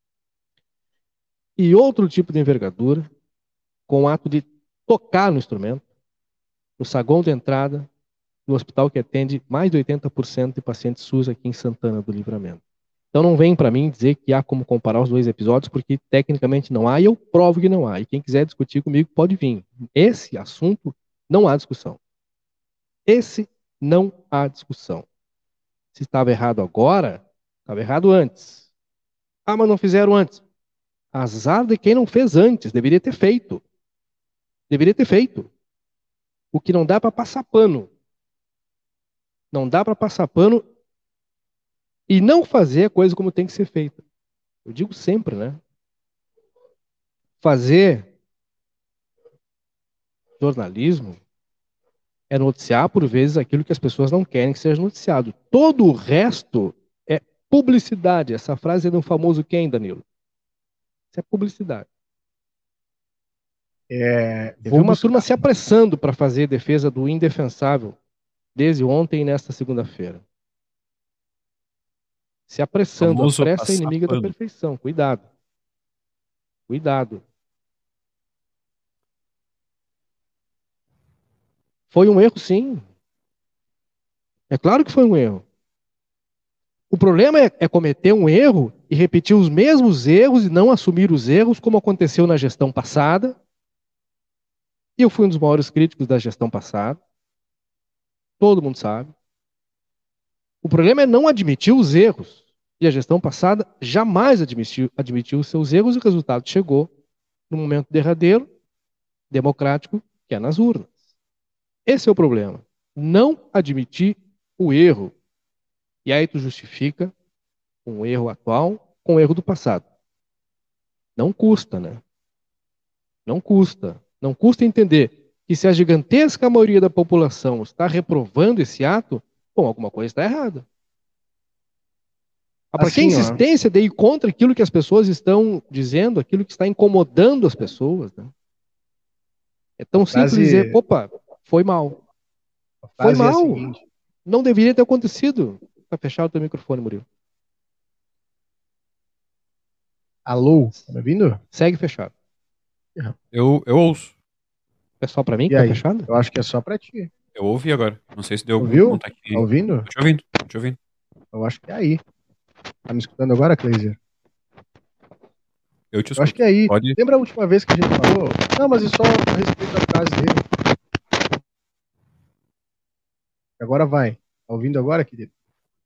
e outro tipo de envergadura, com o ato de tocar no instrumento, no saguão de entrada, no hospital que atende mais de 80% de pacientes SUS aqui em Santana do Livramento. Então não vem para mim dizer que há como comparar os dois episódios, porque tecnicamente não há, e eu provo que não há. E quem quiser discutir comigo pode vir. Esse assunto não há discussão. Esse não há discussão. Se estava errado agora, estava errado antes. Ah, mas não fizeram antes. Azar de quem não fez antes, deveria ter feito. Deveria ter feito. O que não dá para passar pano. Não dá para passar pano e não fazer a coisa como tem que ser feita. Eu digo sempre, né? Fazer jornalismo é noticiar, por vezes, aquilo que as pessoas não querem que seja noticiado. Todo o resto é publicidade. Essa frase é do famoso quem, Danilo? Isso é publicidade. Teve uma turma se apressando para fazer defesa do indefensável desde ontem e nesta segunda-feira. Se apressando. Famoso A pressa é passar inimiga da pano. perfeição. Cuidado. Cuidado. Foi um erro, sim. É claro que foi um erro. O problema é cometer um erro e repetir os mesmos erros e não assumir os erros, como aconteceu na gestão passada. E eu fui um dos maiores críticos da gestão passada. Todo mundo sabe. O problema é não admitir os erros. E a gestão passada jamais admitiu os seus erros e o resultado chegou no momento derradeiro, democrático, que é nas urnas. Esse é o problema. Não admitir o erro. E aí tu justifica um erro atual com o erro do passado. Não custa, né? Não custa. Não custa entender que se a gigantesca maioria da população está reprovando esse ato, bom, alguma coisa está errada. Para que insistência de ir contra aquilo que as pessoas estão dizendo, aquilo que está incomodando as pessoas, né? É tão simples dizer, opa, foi mal. Foi mal. Não deveria ter acontecido. Tá fechado o teu microfone, Murilo. Alô, tá me ouvindo? Segue fechado. Eu ouço. É só pra mim que E tá aí? fechado? Eu acho que é só pra ti. Eu ouvi agora. Não sei se deu algum Ouviu? contato aqui. Tá ouvindo? Tô te ouvindo. Tô te ouvindo. Eu acho que é aí. Tá me escutando agora, Cleiser? Eu te Eu escuto. acho que é aí. Pode. Lembra a última vez que a gente falou? Não, mas é só a respeito da frase dele. Agora vai. Tá ouvindo agora, querido?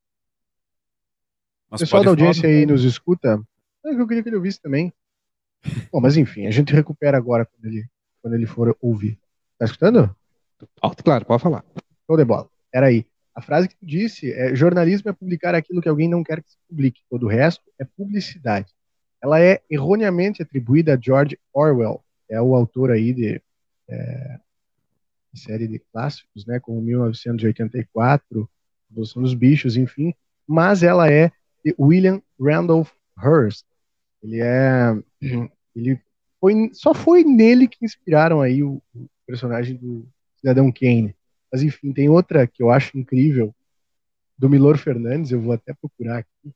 Mas O pessoal da pode audiência falar. aí nos escuta. É que eu queria que ele ouvisse também. Bom, mas enfim, a gente recupera agora quando ele for ouvir. Tá escutando? Alto, claro, pode falar. Show de bola. Era aí. A frase que tu disse é: jornalismo é publicar aquilo que alguém não quer que se publique, todo o resto é publicidade. Ela é erroneamente atribuída a George Orwell, é o autor aí de série de clássicos, né, como 1984, Revolução dos Bichos, enfim, mas ela é de William Randolph Hearst. Ele é, ele só foi nele que inspiraram aí o personagem do Cidadão Kane. Mas enfim, tem outra que eu acho incrível do Milor Fernandes, eu vou até procurar aqui.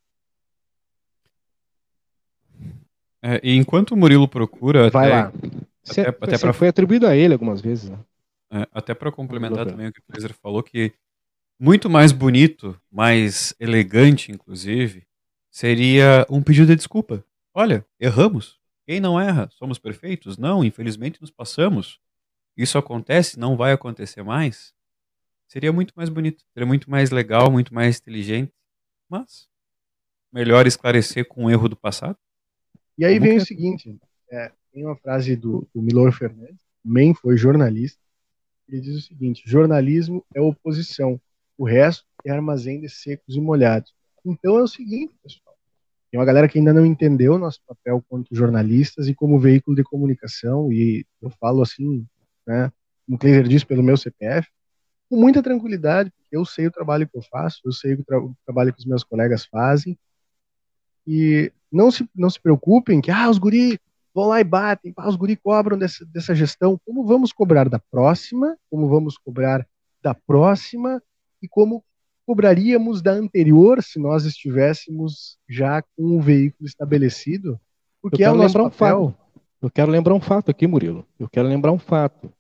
E enquanto o Murilo procura, Vai lá. Foi atribuído a ele algumas vezes, né? Até para complementar também o que o Kleiser falou, que muito mais bonito, mais elegante, inclusive, seria um pedido de desculpa. Olha, erramos. Quem não erra? Somos perfeitos? Não, infelizmente nos passamos. Isso acontece, não vai acontecer mais. Seria muito mais bonito, seria muito mais legal, muito mais inteligente. Mas, melhor esclarecer com o erro do passado. E aí vem o seguinte, tem uma frase do Milor Fernandes, também foi jornalista, ele diz o seguinte: jornalismo é oposição, o resto é armazém de secos e molhados. Então é o seguinte, pessoal, tem uma galera que ainda não entendeu nosso papel quanto jornalistas e como veículo de comunicação, e eu falo assim, né, como o Kleiser disse, pelo meu CPF, com muita tranquilidade, porque eu sei o trabalho que eu faço, eu sei o trabalho que os meus colegas fazem, e não se preocupem que os guri vão lá e batem, os guri cobram dessa gestão. Como vamos cobrar da próxima? Como vamos cobrar da próxima? E como cobraríamos da anterior se nós estivéssemos já com o veículo estabelecido? Porque é o nosso papel. Eu quero lembrar um fato aqui, Murilo. Eu quero lembrar um fato.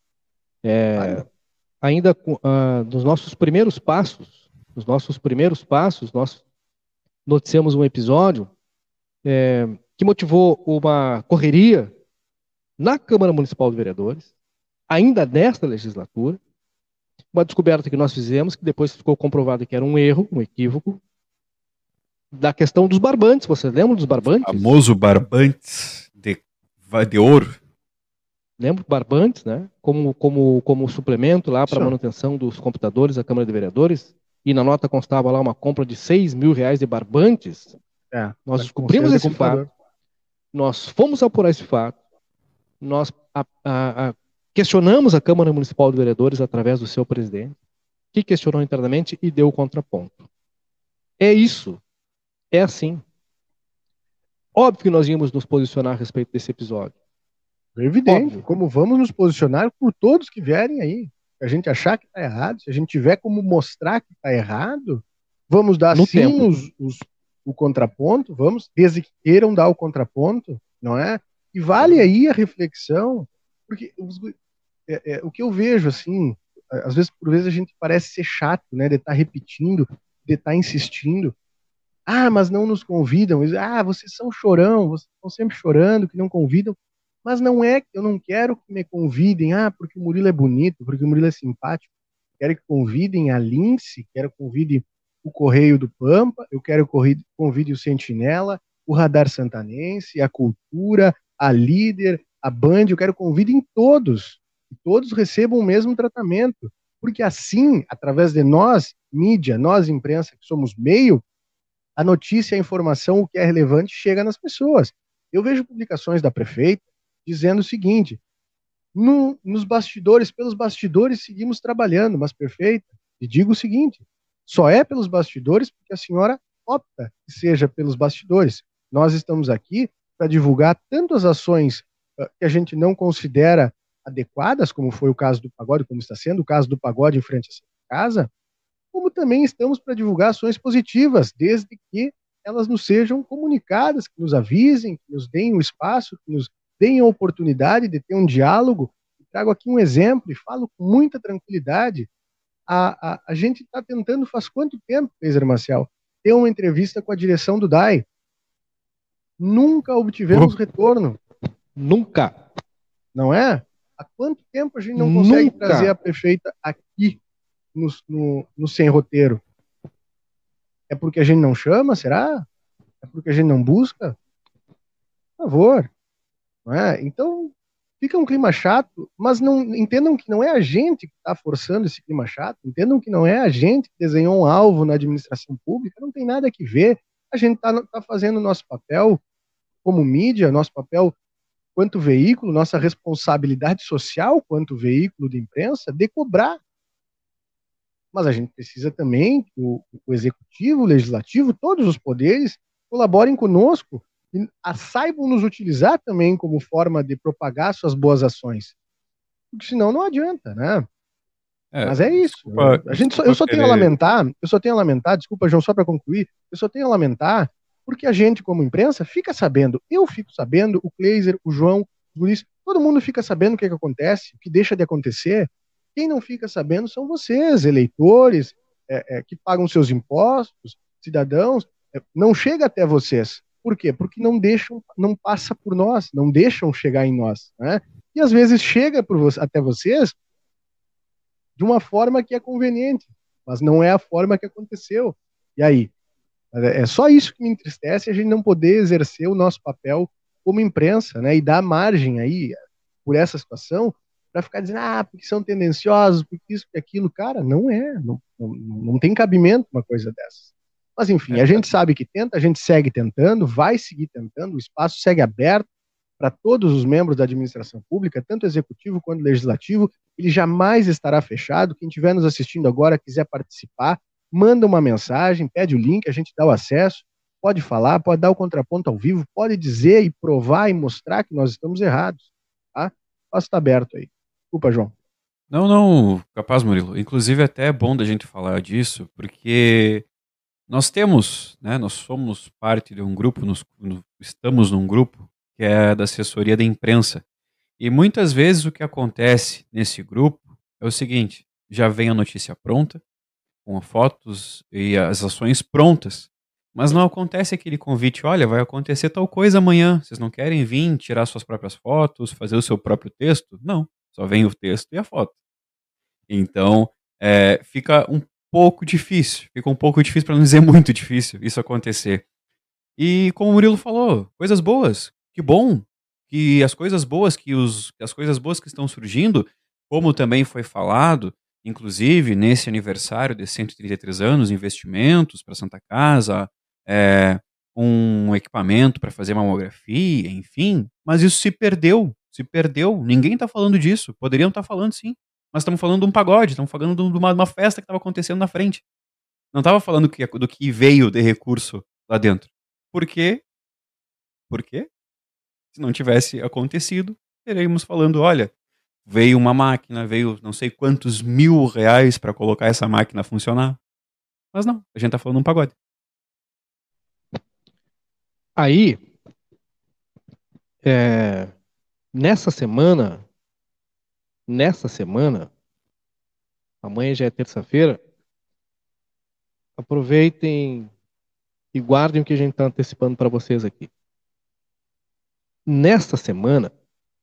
Ainda nos nossos primeiros passos, nós noticiamos um episódio que motivou uma correria na Câmara Municipal de Vereadores, ainda nesta legislatura, uma descoberta que nós fizemos, que depois ficou comprovado que era um erro, um equívoco, da questão dos barbantes. Você lembra dos barbantes? O famoso barbantes de ouro. Lembra barbantes, né? Como suplemento lá para manutenção dos computadores da Câmara de Vereadores, e na nota constava lá uma compra de R$6 mil de barbantes. Nós descobrimos esse fato, nós fomos apurar esse fato, nós questionamos a Câmara Municipal de Vereadores através do seu presidente, que questionou internamente e deu o contraponto. É isso. É assim. Óbvio que nós íamos nos posicionar a respeito desse episódio. É evidente. Óbvio. Como vamos nos posicionar por todos que vierem aí. Se a gente achar que está errado, se a gente tiver como mostrar que está errado, vamos dar sim o contraponto, vamos, desde que queiram dar o contraponto, não é? E vale aí a reflexão, porque o que eu vejo, assim, às vezes, por vezes a gente parece ser chato, né, de estar repetindo, de estar insistindo. Mas não nos convidam. Vocês são chorão, vocês estão sempre chorando, que não convidam. Mas não é que eu não quero que me convidem, porque o Murilo é bonito, porque o Murilo é simpático. Quero que convidem a Lince, quero que convidem o Correio do Pampa, eu quero que convide o Sentinela, o Radar Santanense, a Cultura, a Líder, a Band, eu quero que convidem todos, que todos recebam o mesmo tratamento, porque assim, através de nós, mídia, nós, imprensa, que somos meio, a notícia, a informação, o que é relevante, chega nas pessoas. Eu vejo publicações da prefeita dizendo o seguinte: nos bastidores, pelos bastidores, seguimos trabalhando, mas prefeita, e digo o seguinte: só é pelos bastidores porque a senhora opta que seja pelos bastidores. Nós estamos aqui para divulgar tanto as ações que a gente não considera adequadas, como foi o caso do pagode, como está sendo o caso do pagode em frente a essa casa, como também estamos para divulgar ações positivas, desde que elas nos sejam comunicadas, que nos avisem, que nos deem um espaço, que nos deem a oportunidade de ter um diálogo. Trago aqui um exemplo e falo com muita tranquilidade. A gente está tentando, faz quanto tempo, Kleiser Marcial, ter uma entrevista com a direção do DAI. Nunca obtivemos retorno. Nunca. Não é? Há quanto tempo a gente não consegue trazer a prefeita aqui no Sem Roteiro? É porque a gente não chama, será? É porque a gente não busca? Por favor. Não é? Então, fica um clima chato, mas não entendam que não é a gente que está forçando esse clima chato, entendam que não é a gente que desenhou um alvo na administração pública, não tem nada que ver. A gente está fazendo o nosso papel como mídia, nosso papel quanto veículo, nossa responsabilidade social quanto veículo de imprensa, de cobrar. Mas a gente precisa também que o executivo, o legislativo, todos os poderes colaborem conosco e saibam nos utilizar também como forma de propagar suas boas ações. Porque senão não adianta, né? Mas é isso. Eu só tenho a lamentar, desculpa, João, só para concluir, eu só tenho a lamentar porque a gente, como imprensa, fica sabendo, eu fico sabendo, o Kleiser, o João, o Luiz, todo mundo fica sabendo o que acontece, o que deixa de acontecer. Quem não fica sabendo são vocês, eleitores, que pagam seus impostos, cidadãos, não chega até vocês. Por quê? Porque não passa por nós, não deixam chegar em nós, né? E às vezes chega até vocês de uma forma que é conveniente, mas não é a forma que aconteceu. E aí? É só isso que me entristece, a gente não poder exercer o nosso papel como imprensa, né? E dar margem aí, por essa situação, para ficar dizendo, porque são tendenciosos, porque isso, porque aquilo. Cara, não tem cabimento uma coisa dessas. Mas, enfim, a gente sabe que tenta, a gente segue tentando, vai seguir tentando, o espaço segue aberto para todos os membros da administração pública, tanto executivo quanto legislativo, ele jamais estará fechado. Quem estiver nos assistindo agora, quiser participar, manda uma mensagem, pede o link, a gente dá o acesso, pode falar, pode dar o contraponto ao vivo, pode dizer e provar e mostrar que nós estamos errados, tá? O espaço está aberto aí. Desculpa, João. Não, capaz, Murilo. Inclusive, até é bom da gente falar disso, porque nós temos, né, nós somos parte de um grupo, estamos num grupo que é da assessoria da imprensa. E muitas vezes o que acontece nesse grupo é o seguinte: já vem a notícia pronta, com as fotos e as ações prontas, mas não acontece aquele convite, olha, vai acontecer tal coisa amanhã, vocês não querem vir tirar suas próprias fotos, fazer o seu próprio texto? Não, só vem o texto e a foto. Então, fica um pouco difícil, para não dizer muito difícil isso acontecer. E como o Murilo falou, coisas boas, que bom que as coisas boas que estão surgindo, como também foi falado, inclusive nesse aniversário de 133 anos, investimentos para Santa Casa, um equipamento para fazer mamografia, enfim, mas isso se perdeu, ninguém está falando disso, poderiam estar falando sim, mas estamos falando de um pagode, estamos falando de uma festa que estava acontecendo na frente, não estava falando do que veio de recurso lá dentro. Por quê? Porque se não tivesse acontecido, teríamos falando, olha, veio uma máquina, veio não sei quantos R$ 1.000 para colocar essa máquina a funcionar. Mas não, a gente tá falando um pagode. Aí, nessa semana, amanhã já é terça-feira, aproveitem e guardem o que a gente está antecipando para vocês aqui. Nesta semana,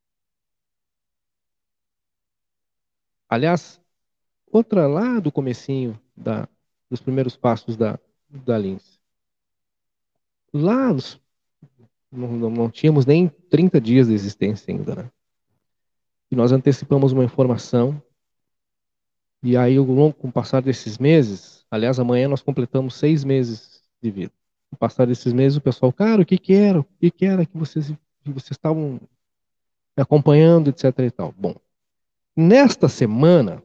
aliás, outra lá do comecinho dos primeiros passos da Lindsay. Lá não tínhamos nem 30 dias de existência ainda, né? E nós antecipamos uma informação, e aí com o passar desses meses, aliás, amanhã nós completamos 6 meses de vida. Com o passar desses meses, o pessoal, cara, o que era que vocês estavam me acompanhando, etc e tal. Bom, nesta semana,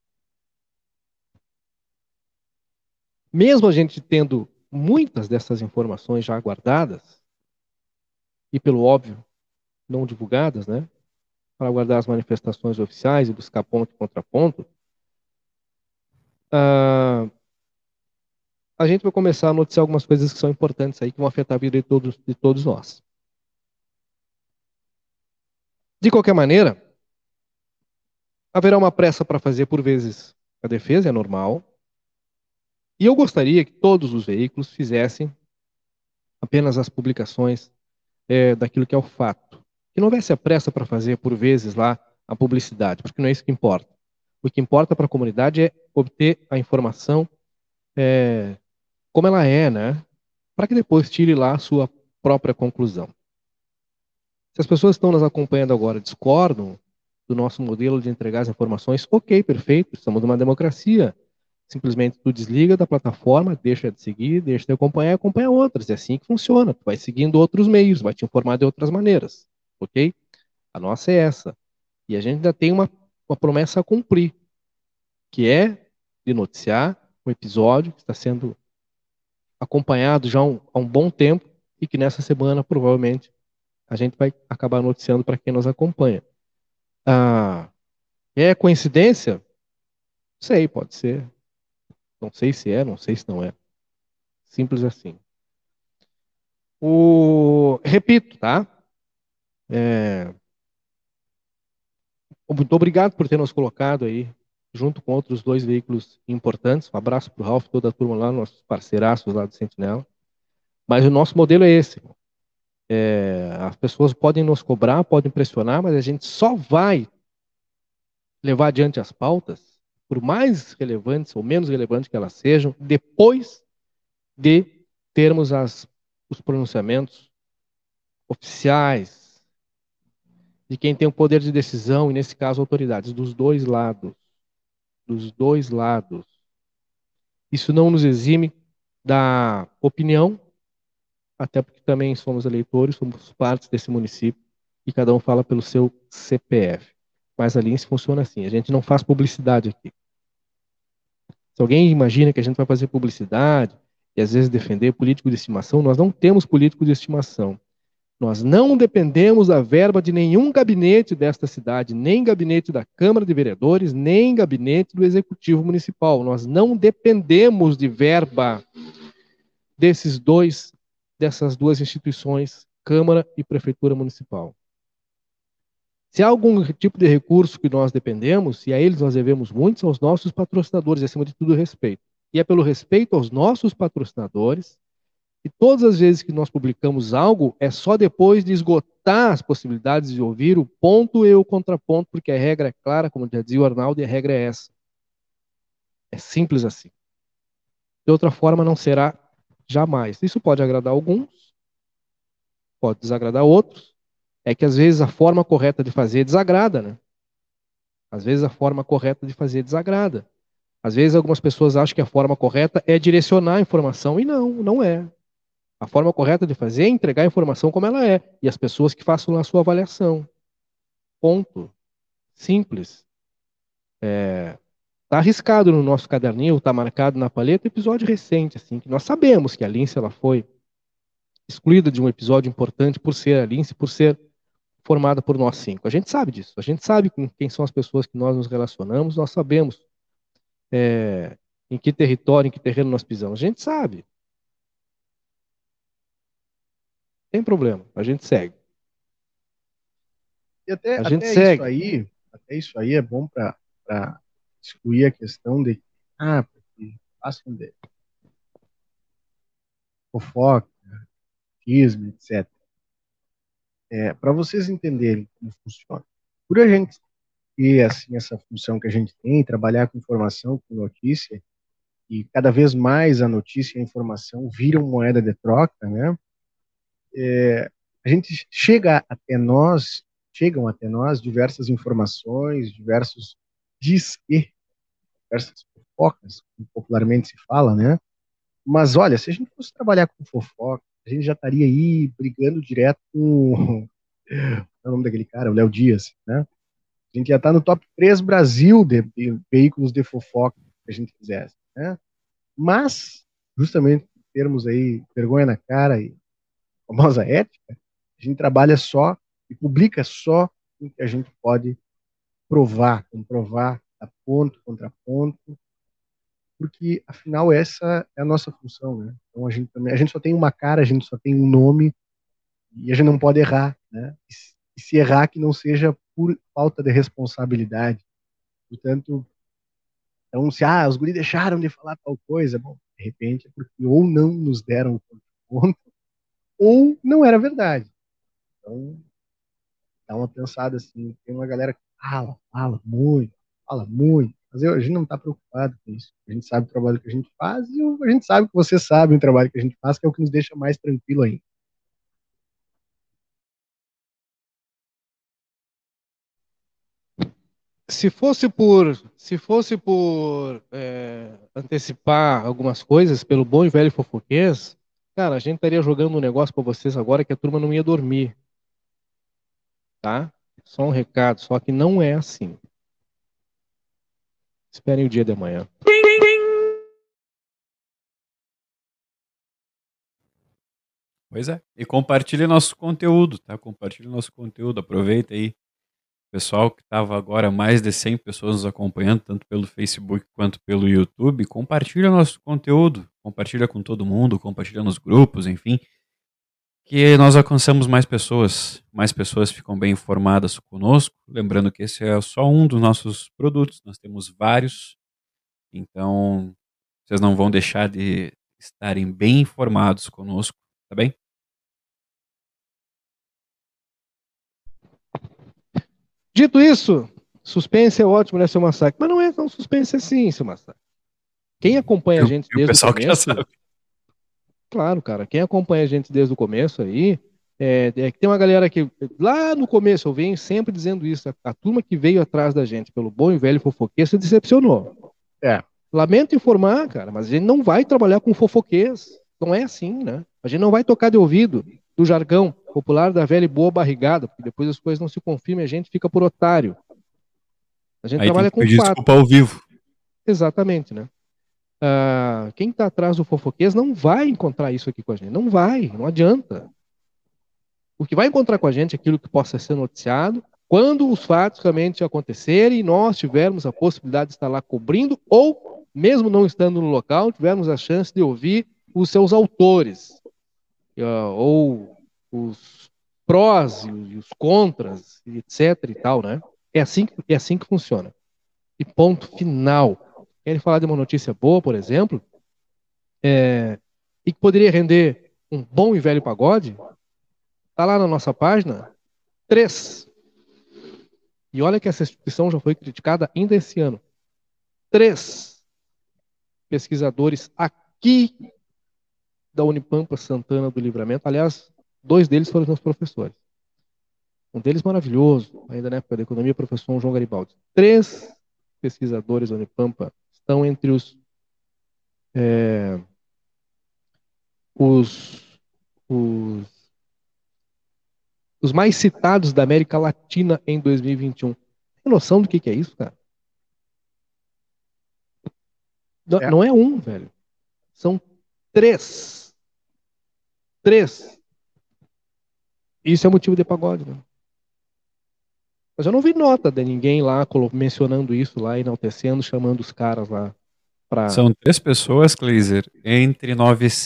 mesmo a gente tendo muitas dessas informações já guardadas, e pelo óbvio, não divulgadas, né? Para aguardar as manifestações oficiais e buscar ponto e contraponto, a gente vai começar a noticiar algumas coisas que são importantes aí, que vão afetar a vida de todos nós. De qualquer maneira, haverá uma pressa para fazer, por vezes, a defesa, é normal. E eu gostaria que todos os veículos fizessem apenas as publicações daquilo que é o fato. Que não houvesse a pressa para fazer, por vezes, lá a publicidade, porque não é isso que importa. O que importa para a comunidade é obter a informação como ela é, né? Para que depois tire lá a sua própria conclusão. Se as pessoas que estão nos acompanhando agora discordam do nosso modelo de entregar as informações, ok, perfeito, estamos numa democracia. Simplesmente tu desliga da plataforma, deixa de seguir, deixa de acompanhar e acompanha outras. É assim que funciona. Tu vai seguindo outros meios, vai te informar de outras maneiras, ok? A nossa é essa. E a gente ainda tem uma promessa a cumprir, que é de noticiar um episódio que está sendo acompanhado já há um bom tempo e que nessa semana, provavelmente, a gente vai acabar noticiando para quem nos acompanha. Ah, é coincidência? Sei, pode ser. Não sei se é, não sei se não é. Simples assim. Repito, tá? Muito obrigado por ter nos colocado aí, junto com outros dois veículos importantes. Um abraço para o Ralf e toda a turma lá, nossos parceiraços lá do Sentinela. Mas o nosso modelo é esse. As pessoas podem nos cobrar, podem pressionar, mas a gente só vai levar adiante as pautas, por mais relevantes ou menos relevantes que elas sejam, depois de termos os pronunciamentos oficiais de quem tem o poder de decisão, e nesse caso autoridades, dos dois lados. Dos dois lados. Isso não nos exime da opinião, até porque também somos eleitores, somos parte desse município, e cada um fala pelo seu CPF. Mas a Lince funciona assim, a gente não faz publicidade aqui. Se alguém imagina que a gente vai fazer publicidade e às vezes defender político de estimação, nós não temos político de estimação. Nós não dependemos da verba de nenhum gabinete desta cidade, nem gabinete da Câmara de Vereadores, nem gabinete do Executivo Municipal. Nós não dependemos de verba dessas duas instituições, Câmara e Prefeitura Municipal. Se há algum tipo de recurso que nós dependemos, e a eles nós devemos muito, são os nossos patrocinadores, e acima de tudo, respeito. E é pelo respeito aos nossos patrocinadores, e todas as vezes que nós publicamos algo, é só depois de esgotar as possibilidades de ouvir o ponto e o contraponto, porque a regra é clara, como já dizia o Arnaldo, e a regra é essa. É simples assim. De outra forma, não será jamais. Isso pode agradar alguns, pode desagradar outros. É que às vezes a forma correta de fazer desagrada, né? Às vezes a forma correta de fazer desagrada. Às vezes algumas pessoas acham que a forma correta é direcionar a informação, e não, não é. A forma correta de fazer é entregar a informação como ela é, e as pessoas que façam a sua avaliação. Ponto. Simples. Está arriscado no nosso caderninho, está marcado na paleta, episódio recente, assim, que nós sabemos que a Lince ela foi excluída de um episódio importante por ser a Lince, por ser formada por nós cinco. A gente sabe disso. A gente sabe com quem são as pessoas que nós nos relacionamos, nós sabemos em que território, em que terreno nós pisamos. A gente sabe. Tem problema. A gente segue. E A gente segue. até isso aí é bom para excluir a questão de porque passam de fofoca, chisme, etc. Para vocês entenderem como funciona. Por a gente ter assim, essa função que a gente tem, trabalhar com informação, com notícia, e cada vez mais a notícia e a informação viram moeda de troca, né? A gente chegam até nós diversas informações, diversas fofocas, como popularmente se fala, né? Mas olha, se a gente fosse trabalhar com fofoca, a gente já estaria aí brigando direto com é o nome daquele cara, o Léo Dias, né? A gente já está no top 3 Brasil de veículos de fofoca que a gente fizesse, né? Mas, justamente por termos aí vergonha na cara e famosa ética, a gente trabalha só e publica só o que a gente pode comprovar, a ponto, contraponto, porque afinal essa é a nossa função, né? Então a gente só tem uma cara, a gente só tem um nome e a gente não pode errar, né? E se errar que não seja por falta de responsabilidade. Portanto, então se os guri deixaram de falar tal coisa, bom, de repente é porque ou não nos deram conta ou não era verdade. Então, dá uma pensada assim, tem uma galera que fala muito, mas a gente não está preocupado com isso. A gente sabe o trabalho que a gente faz e a gente sabe que você sabe o trabalho que a gente faz, que é o que nos deixa mais tranquilo ainda. se fosse por antecipar algumas coisas pelo bom e velho fofoquês, cara, a gente estaria jogando um negócio pra vocês agora que a turma não ia dormir, tá? Só um recado, só que não é assim. Esperem o dia de amanhã. Pois é. E compartilhe nosso conteúdo, tá? Compartilhe nosso conteúdo. Aproveita aí. Pessoal que estava agora, mais de 100 pessoas nos acompanhando, tanto pelo Facebook quanto pelo YouTube, compartilha nosso conteúdo. Compartilha com todo mundo, compartilha nos grupos, enfim. Que nós alcançamos mais pessoas ficam bem informadas conosco. Lembrando que esse é só um dos nossos produtos, nós temos vários. Então, vocês não vão deixar de estarem bem informados conosco, tá bem? Dito isso, suspense é ótimo, né, seu Massacre? Mas não é tão suspense assim, seu Massacre. Quem acompanha a gente E o desde o pessoal que já começo, sabe. claro, cara, quem acompanha a gente desde o começo aí, é que tem uma galera que, lá no começo, eu venho sempre dizendo isso, a turma que veio atrás da gente pelo bom e velho fofoquês se decepcionou. É. Lamento informar, cara, mas a gente não vai trabalhar com fofoquês. Não é assim, né? A gente não vai tocar de ouvido do jargão popular da velha e boa barrigada, porque depois as coisas não se confirmam e a gente fica por otário. A gente Aí tem trabalha que com pedir fato. desculpa ao vivo. Exatamente, né? Quem está atrás do fofoquês não vai encontrar isso aqui com a gente. Não vai, não adianta. O que vai encontrar com a gente é aquilo que possa ser noticiado quando os fatos realmente acontecerem e nós tivermos a possibilidade de estar lá cobrindo ou, mesmo não estando no local, tivermos a chance de ouvir os seus autores ou os prós e os contras, etc e tal, né? É assim que funciona. E ponto final. Querem falar de uma notícia boa, por exemplo, e que poderia render um bom e velho pagode? Está lá na nossa página 3. E olha que essa instituição já foi criticada ainda esse ano. 3 pesquisadores aqui da Unipampa Santana do Livramento. Aliás, 2 deles foram meus professores. Um deles maravilhoso, ainda na época da economia, o professor João Garibaldi. 3 pesquisadores da Unipampa estão entre os, os, os mais citados da América Latina em 2021. Tem noção do que é isso, cara? Não é um, velho. São 3. 3. Isso é motivo de pagode, né? Mas eu não vi nota de ninguém lá mencionando isso lá, enaltecendo, chamando os caras lá pra... São 3 pessoas, Kleiser, entre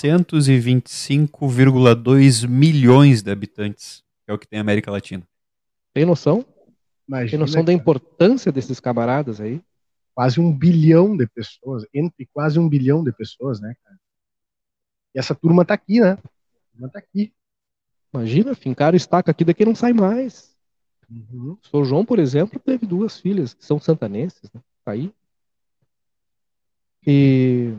925,2 milhões de habitantes, que é o que tem a América Latina. Tem noção? Imagina, Tem noção da importância desses camaradas aí? quase 1 bilhão de pessoas, entre quase 1 bilhão de pessoas, né, cara? E essa turma tá aqui, né? A turma tá aqui. Imagina, fincaram estaca aqui daqui não sai mais. Uhum. O Sr. João, por exemplo, teve 2 filhas que são santanenses, né? Tá aí. E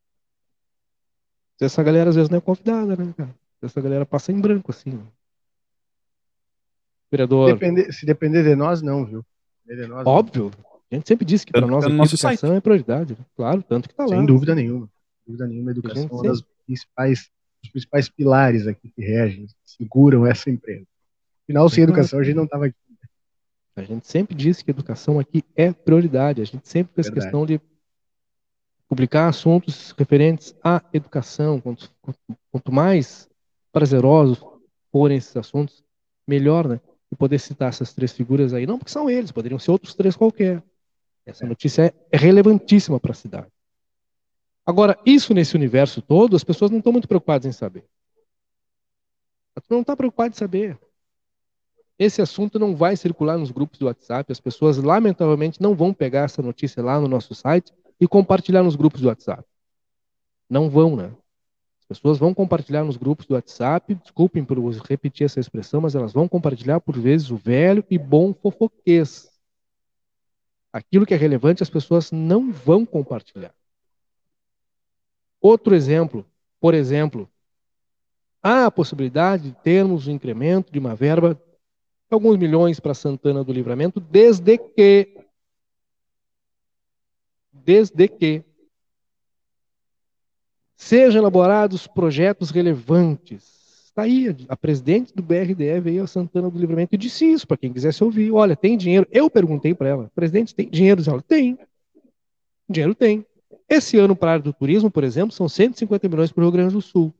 essa galera às vezes não é convidada, né, cara? Essa galera passa em branco, assim. Né? Vereador, Se depender de nós, não, viu? De nós, óbvio, a gente sempre disse que para Tanto que nós tá no aqui nosso educação site. é prioridade, né? Claro, tanto que tá lá. Sem dúvida nenhuma. Sem dúvida nenhuma, a educação é uma das dos principais pilares aqui que regem, seguram essa empresa. Afinal, sem educação, a gente não estava aqui. A gente sempre disse que educação aqui é prioridade. A gente sempre fez Verdade. questão de publicar assuntos referentes à educação. Quanto mais prazerosos forem esses assuntos, melhor, né? E poder citar essas 3 figuras aí, não porque são eles, poderiam ser outros 3 qualquer. Essa notícia é relevantíssima para a cidade. Agora, isso nesse universo todo, as pessoas não estão muito preocupadas em saber. A pessoa não está preocupada em saber. Esse assunto não vai circular nos grupos do WhatsApp. As pessoas, lamentavelmente, não vão pegar essa notícia lá no nosso site e compartilhar nos grupos do WhatsApp. Não vão, né? As pessoas vão compartilhar nos grupos do WhatsApp. Desculpem por repetir essa expressão, mas elas vão compartilhar, por vezes, o velho e bom fofoquês. Aquilo que é relevante, as pessoas não vão compartilhar. Outro exemplo, por exemplo, há a possibilidade de termos um incremento de uma verba de alguns milhões para Santana do Livramento, desde que desde que sejam elaborados projetos relevantes. Está aí, a presidente do BRDE veio a Santana do Livramento e disse isso para quem quisesse ouvir. Olha, tem dinheiro. Eu perguntei para ela, presidente, tem dinheiro? Ela, tem. Dinheiro tem. Esse ano, para a área do turismo, por exemplo, são 150 milhões para o Rio Grande do Sul.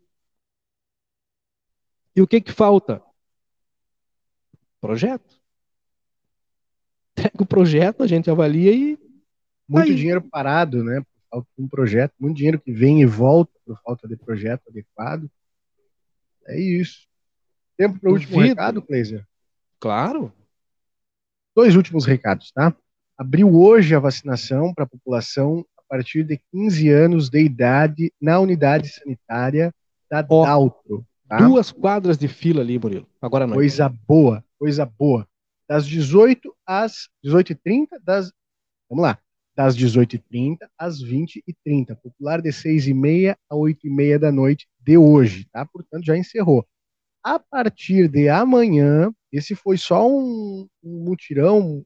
E o que falta? Projeto. Pega o projeto, a gente avalia e... Muito dinheiro parado, né? Por falta de um projeto. Muito dinheiro que vem e volta por falta de projeto adequado. É isso. Tempo para o último recado, Kleiser? Claro. 2 últimos recados, tá? Abriu hoje a vacinação para a população a partir de 15 anos de idade na unidade sanitária da Daltro. Tá? 2 quadras de fila ali, Murilo. Agora não. Coisa boa, coisa boa. Das 18 às 18h30, vamos lá. Das 18h30 às 20h30. Popular de 6h30 a 8h30 da noite de hoje, tá? Portanto, já encerrou. A partir de amanhã, esse foi só um mutirão,